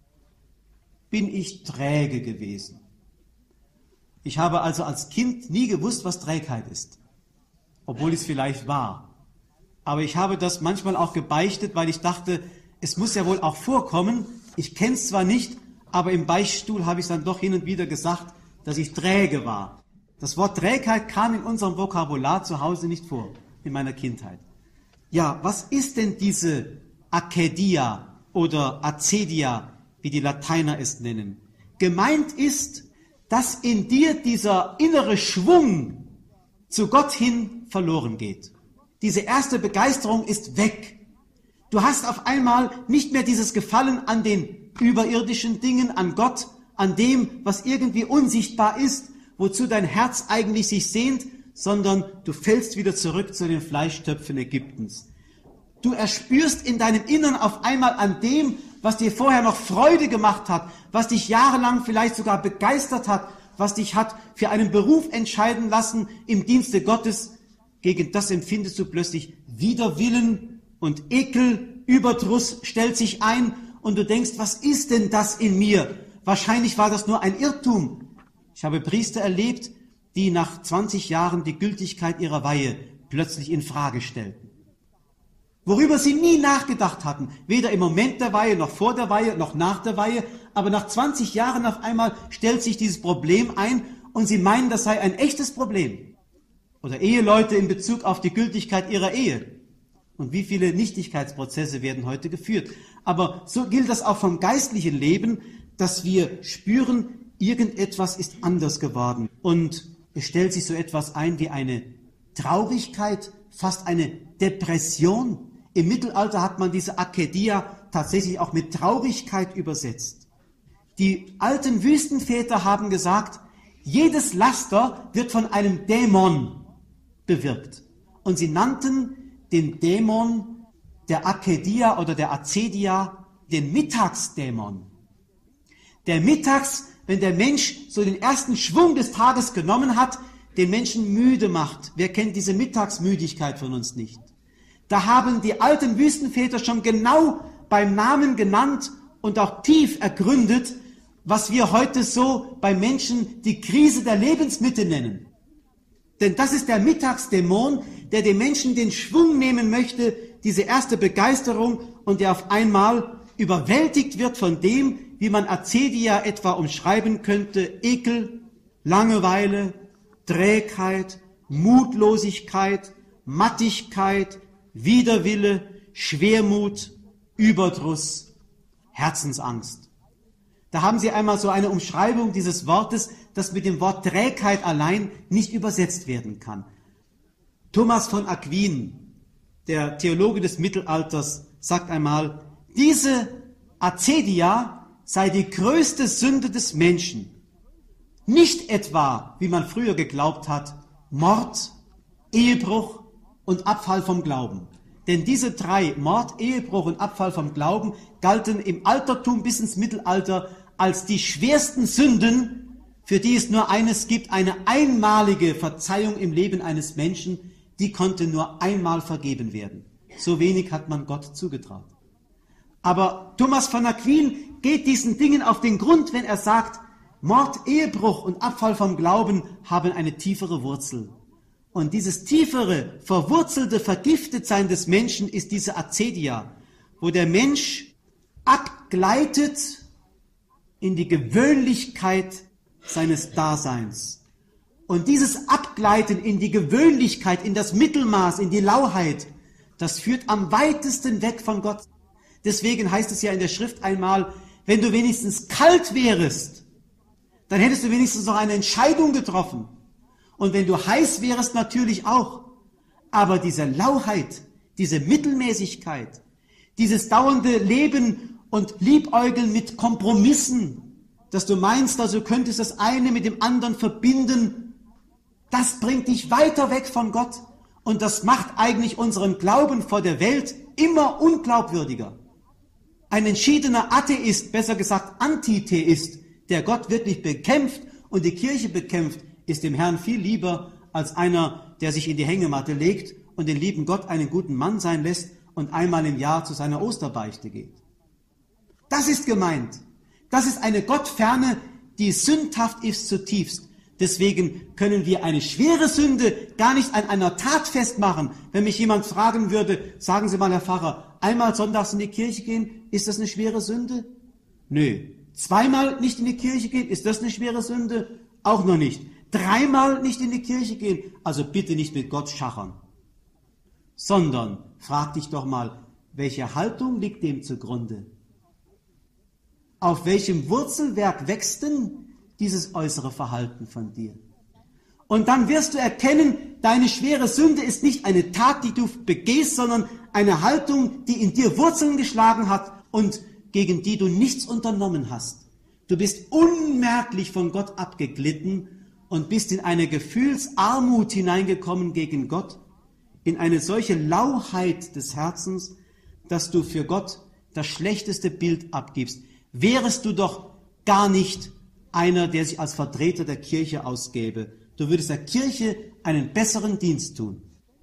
Bin ich träge gewesen. Ich habe also als Kind nie gewusst, was Trägheit ist, obwohl es vielleicht war. Aber ich habe das manchmal auch gebeichtet, weil ich dachte, es muss ja wohl auch vorkommen. Ich kenne es zwar nicht, aber im Beichtstuhl habe ich dann doch hin und wieder gesagt, dass ich träge war. Das Wort Trägheit kam in unserem Vokabular zu Hause nicht vor, in meiner Kindheit. Ja, was ist denn diese Akedia oder Acedia, wie die Lateiner es nennen? Gemeint ist, dass in dir dieser innere Schwung zu Gott hin verloren geht. Diese erste Begeisterung ist weg. Du hast auf einmal nicht mehr dieses Gefallen an den überirdischen Dingen, an Gott, an dem, was irgendwie unsichtbar ist, wozu dein Herz eigentlich sich sehnt, sondern du fällst wieder zurück zu den Fleischtöpfen Ägyptens. Du erspürst in deinem Innern auf einmal an dem, was dir vorher noch Freude gemacht hat, was dich jahrelang vielleicht sogar begeistert hat, was dich hat für einen Beruf entscheiden lassen im Dienste Gottes. Gegen das empfindest du plötzlich Widerwillen und Ekel, Überdruss stellt sich ein und du denkst, was ist denn das in mir? Wahrscheinlich war das nur ein Irrtum. Ich habe Priester erlebt, die nach 20 Jahren die Gültigkeit ihrer Weihe plötzlich in Frage stellten. Worüber sie nie nachgedacht hatten, weder im Moment der Weihe, noch vor der Weihe, noch nach der Weihe, aber nach 20 Jahren auf einmal stellt sich dieses Problem ein und sie meinen, das sei ein echtes Problem. Oder Eheleute in Bezug auf die Gültigkeit ihrer Ehe. Und wie viele Nichtigkeitsprozesse werden heute geführt. Aber so gilt das auch vom geistlichen Leben, dass wir spüren, irgendetwas ist anders geworden. Und es stellt sich so etwas ein wie eine Traurigkeit, fast eine Depression. Im Mittelalter hat man diese Akedia tatsächlich auch mit Traurigkeit übersetzt. Die alten Wüstenväter haben gesagt, jedes Laster wird von einem Dämon bewirkt. Und sie nannten den Dämon der Akedia oder der Acedia den Mittagsdämon. Der mittags, wenn der Mensch so den ersten Schwung des Tages genommen hat, den Menschen müde macht. Wer kennt diese Mittagsmüdigkeit von uns nicht? Da haben die alten Wüstenväter schon genau beim Namen genannt und auch tief ergründet, was wir heute so bei Menschen die Krise der Lebensmitte nennen. Denn das ist der Mittagsdämon, der dem Menschen den Schwung nehmen möchte, diese erste Begeisterung, und der auf einmal überwältigt wird von dem, wie man Acedia etwa umschreiben könnte, Ekel, Langeweile, Trägheit, Mutlosigkeit, Mattigkeit, Widerwille, Schwermut, Überdruss, Herzensangst. Da haben Sie einmal so eine Umschreibung dieses Wortes, das mit dem Wort Trägheit allein nicht übersetzt werden kann. Thomas von Aquin, der Theologe des Mittelalters, sagt einmal, diese Acedia sei die größte Sünde des Menschen. Nicht etwa, wie man früher geglaubt hat, Mord, Ehebruch und Abfall vom Glauben. Denn diese drei, Mord, Ehebruch und Abfall vom Glauben, galten im Altertum bis ins Mittelalter als die schwersten Sünden, für die es nur eines gibt, eine einmalige Verzeihung im Leben eines Menschen, die konnte nur einmal vergeben werden. So wenig hat man Gott zugetraut. Aber Thomas von Aquin geht diesen Dingen auf den Grund, wenn er sagt, Mord, Ehebruch und Abfall vom Glauben haben eine tiefere Wurzel. Und dieses tiefere, verwurzelte Vergiftetsein des Menschen ist diese Acedia, wo der Mensch abgleitet in die Gewöhnlichkeit seines Daseins. Und dieses Abgleiten in die Gewöhnlichkeit, in das Mittelmaß, in die Lauheit, das führt am weitesten weg von Gott. Deswegen heißt es ja in der Schrift einmal, wenn du wenigstens kalt wärest, dann hättest du wenigstens noch eine Entscheidung getroffen. Und wenn du heiß wärst, natürlich auch. Aber diese Lauheit, diese Mittelmäßigkeit, dieses dauernde Leben und Liebäugeln mit Kompromissen, dass du meinst, also du könntest das eine mit dem anderen verbinden, das bringt dich weiter weg von Gott. Und das macht eigentlich unseren Glauben vor der Welt immer unglaubwürdiger. Ein entschiedener Atheist, besser gesagt Antitheist, der Gott wirklich bekämpft und die Kirche bekämpft, ist dem Herrn viel lieber als einer, der sich in die Hängematte legt und den lieben Gott einen guten Mann sein lässt und einmal im Jahr zu seiner Osterbeichte geht. Das ist gemeint. Das ist eine Gottferne, die sündhaft ist zutiefst. Deswegen können wir eine schwere Sünde gar nicht an einer Tat festmachen. Wenn mich jemand fragen würde, sagen Sie mal, Herr Pfarrer, einmal sonntags in die Kirche gehen, ist das eine schwere Sünde? Nö. Zweimal nicht in die Kirche gehen, ist das eine schwere Sünde? Auch noch nicht. Dreimal nicht in die Kirche gehen, also bitte nicht mit Gott schachern. Sondern, frag dich doch mal, welche Haltung liegt dem zugrunde? Auf welchem Wurzelwerk wächst denn dieses äußere Verhalten von dir? Und dann wirst du erkennen, deine schwere Sünde ist nicht eine Tat, die du begehst, sondern eine Haltung, die in dir Wurzeln geschlagen hat und gegen die du nichts unternommen hast. Du bist unmerklich von Gott abgeglitten und bist in eine Gefühlsarmut hineingekommen gegen Gott, in eine solche Lauheit des Herzens, dass du für Gott das schlechteste Bild abgibst. Wärest du doch gar nicht einer, der sich als Vertreter der Kirche ausgäbe. Du würdest der Kirche einen besseren Dienst tun.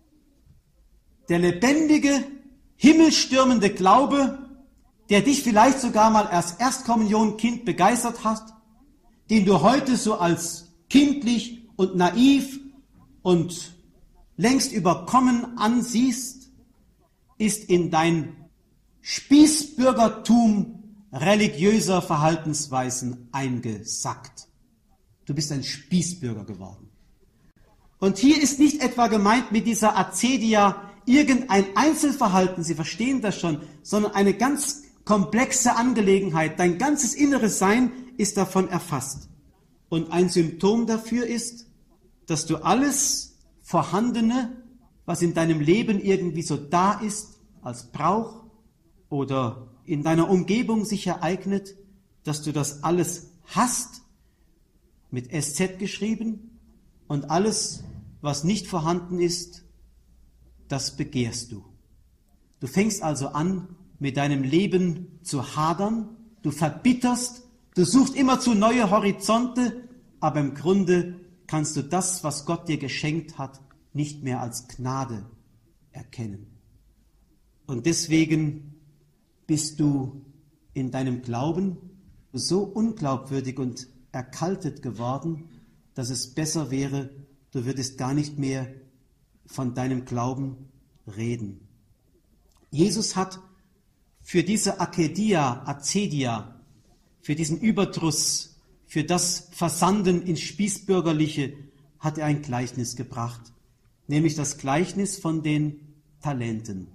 Der lebendige, himmelstürmende Glaube, der dich vielleicht sogar mal als Erstkommunionkind begeistert hat, den du heute so als kindlich und naiv und längst überkommen ansiehst, ist in dein Spießbürgertum religiöser Verhaltensweisen eingesackt. Du bist ein Spießbürger geworden. Und hier ist nicht etwa gemeint mit dieser Acedia irgendein Einzelverhalten, Sie verstehen das schon, sondern eine ganz komplexe Angelegenheit. Dein ganzes inneres Sein ist davon erfasst. Und ein Symptom dafür ist, dass du alles Vorhandene, was in deinem Leben irgendwie so da ist, als Brauch oder in deiner Umgebung sich ereignet, dass du das alles hast, mit SZ geschrieben, und alles, was nicht vorhanden ist, das begehrst du. Du fängst also an, mit deinem Leben zu hadern, du verbitterst, du suchst immerzu neue Horizonte, aber im Grunde kannst du das, was Gott dir geschenkt hat, nicht mehr als Gnade erkennen. Und deswegen bist du in deinem Glauben so unglaubwürdig und erkaltet geworden, dass es besser wäre, du würdest gar nicht mehr von deinem Glauben reden. Jesus hat für diese Acedia, für diesen Überdruss, für das Versanden ins Spießbürgerliche, hat er ein Gleichnis gebracht, nämlich das Gleichnis von den Talenten.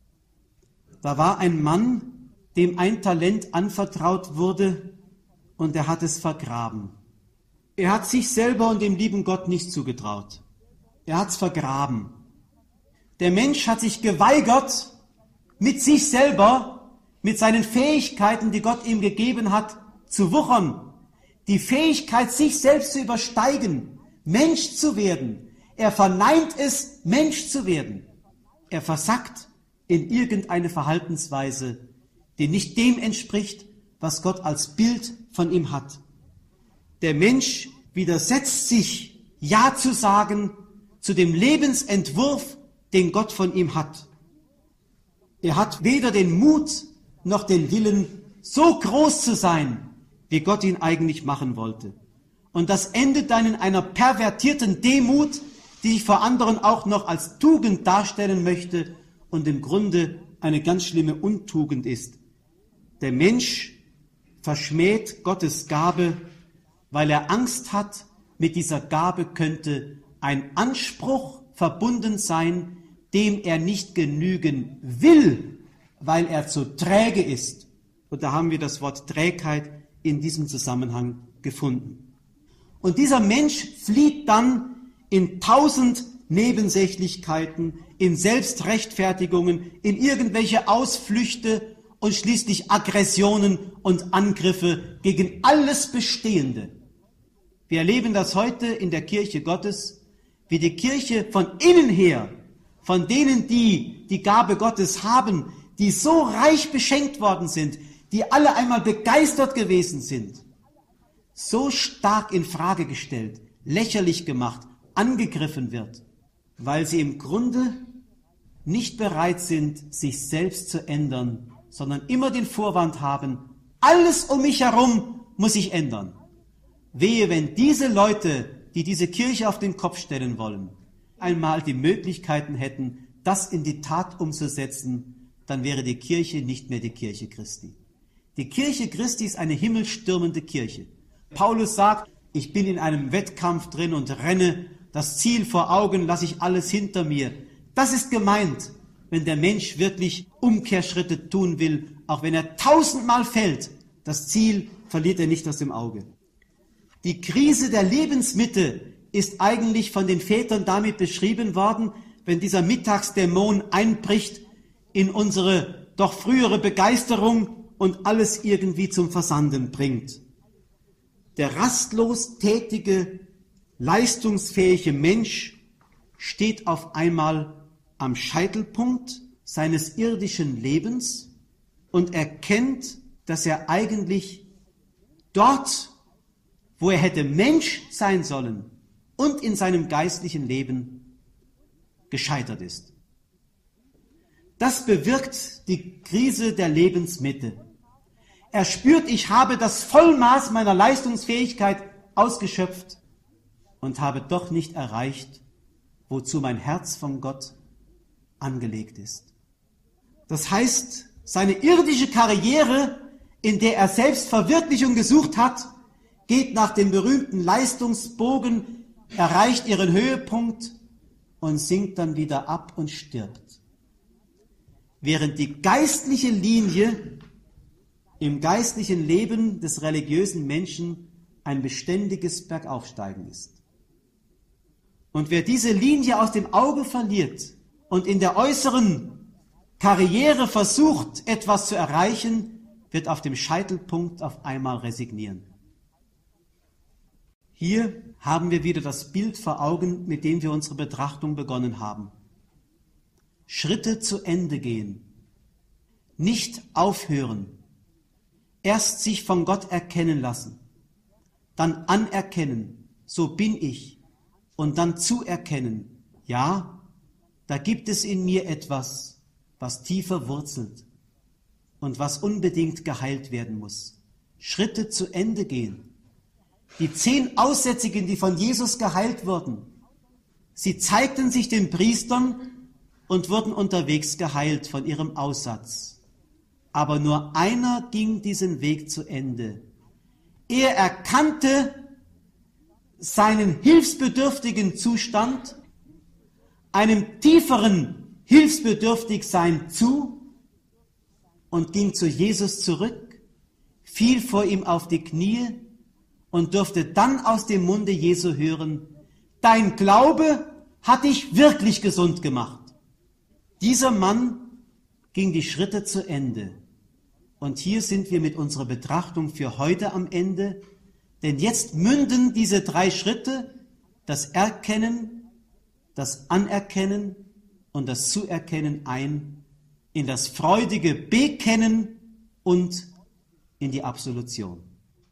Da war ein Mann, dem ein Talent anvertraut wurde, und er hat es vergraben. Er hat sich selber und dem lieben Gott nicht zugetraut. Er hat es vergraben. Der Mensch hat sich geweigert, mit sich selber, mit seinen Fähigkeiten, die Gott ihm gegeben hat, zu wuchern. Die Fähigkeit, sich selbst zu übersteigen, Mensch zu werden. Er verneint es, Mensch zu werden. Er versackt in irgendeine Verhaltensweise, die nicht dem entspricht, was Gott als Bild von ihm hat. Der Mensch widersetzt sich, Ja zu sagen zu dem Lebensentwurf, den Gott von ihm hat. Er hat weder den Mut noch den Willen, so groß zu sein, wie Gott ihn eigentlich machen wollte. Und das endet dann in einer pervertierten Demut, die ich vor anderen auch noch als Tugend darstellen möchte und im Grunde eine ganz schlimme Untugend ist. Der Mensch verschmäht Gottes Gabe, weil er Angst hat, mit dieser Gabe könnte ein Anspruch verbunden sein, dem er nicht genügen will, weil er zu träge ist. Und da haben wir das Wort Trägheit in diesem Zusammenhang gefunden. Und dieser Mensch flieht dann in 1000 Nebensächlichkeiten, in Selbstrechtfertigungen, in irgendwelche Ausflüchte und schließlich Aggressionen und Angriffe gegen alles Bestehende. Wir erleben das heute in der Kirche Gottes, wie die Kirche von innen her, von denen, die die Gabe Gottes haben, die so reich beschenkt worden sind, die alle einmal begeistert gewesen sind, so stark in Frage gestellt, lächerlich gemacht, angegriffen wird, weil sie im Grunde nicht bereit sind, sich selbst zu ändern, sondern immer den Vorwand haben, alles um mich herum muss sich ändern. Wehe, wenn diese Leute, die diese Kirche auf den Kopf stellen wollen, einmal die Möglichkeiten hätten, das in die Tat umzusetzen, dann wäre die Kirche nicht mehr die Kirche Christi. Die Kirche Christi ist eine himmelstürmende Kirche. Paulus sagt, ich bin in einem Wettkampf drin und renne, das Ziel vor Augen, lasse ich alles hinter mir. Das ist gemeint, wenn der Mensch wirklich Umkehrschritte tun will, auch wenn er 1000-mal fällt, das Ziel verliert er nicht aus dem Auge. Die Krise der Lebensmitte ist eigentlich von den Vätern damit beschrieben worden, wenn dieser Mittagsdämon einbricht in unsere doch frühere Begeisterung und alles irgendwie zum Versanden bringt. Der rastlos tätige, leistungsfähige Mensch steht auf einmal am Scheitelpunkt seines irdischen Lebens und erkennt, dass er eigentlich dort, wo er hätte Mensch sein sollen und in seinem geistlichen Leben gescheitert ist. Das bewirkt die Krise der Lebensmitte. Er spürt, ich habe das Vollmaß meiner Leistungsfähigkeit ausgeschöpft und habe doch nicht erreicht, wozu mein Herz von Gott angelegt ist. Das heißt, seine irdische Karriere, in der er Selbstverwirklichung gesucht hat, geht nach dem berühmten Leistungsbogen, erreicht ihren Höhepunkt und sinkt dann wieder ab und stirbt. Während die geistliche Linie im geistlichen Leben des religiösen Menschen ein beständiges Bergaufsteigen ist. Und wer diese Linie aus dem Auge verliert und in der äußeren Karriere versucht, etwas zu erreichen, wird auf dem Scheitelpunkt auf einmal resignieren. Hier haben wir wieder das Bild vor Augen, mit dem wir unsere Betrachtung begonnen haben. Schritte zu Ende gehen, nicht aufhören, erst sich von Gott erkennen lassen, dann anerkennen, so bin ich, und dann zuerkennen, ja, da gibt es in mir etwas, was tiefer wurzelt und was unbedingt geheilt werden muss. Schritte zu Ende gehen. Die 10 Aussätzigen, die von Jesus geheilt wurden, sie zeigten sich den Priestern und wurden unterwegs geheilt von ihrem Aussatz. Aber nur einer ging diesen Weg zu Ende. Er erkannte seinen hilfsbedürftigen Zustand, einem tieferen Hilfsbedürftigsein zu und ging zu Jesus zurück, fiel vor ihm auf die Knie und durfte dann aus dem Munde Jesu hören, dein Glaube hat dich wirklich gesund gemacht. Dieser Mann ging die Schritte zu Ende. Und hier sind wir mit unserer Betrachtung für heute am Ende, denn jetzt münden diese 3 Schritte, das Erkennen, das Anerkennen und das Zuerkennen ein in das freudige Bekennen und in die Absolution.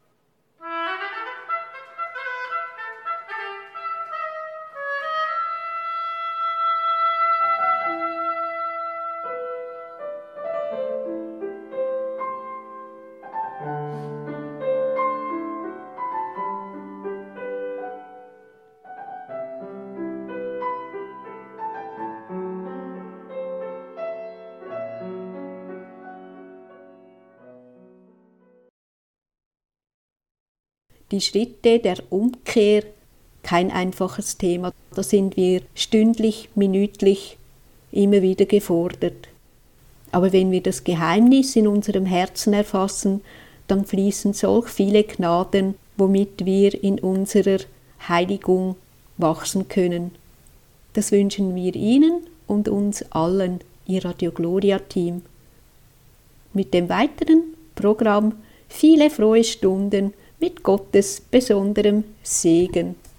Die Schritte der Umkehr, kein einfaches Thema. Da sind wir stündlich, minütlich immer wieder gefordert. Aber wenn wir das Geheimnis in unserem Herzen erfassen, dann fließen solch viele Gnaden, womit wir in unserer Heiligung wachsen können. Das wünschen wir Ihnen und uns allen, Ihr Radio Gloria Team. Mit dem weiteren Programm viele frohe Stunden mit Gottes besonderem Segen.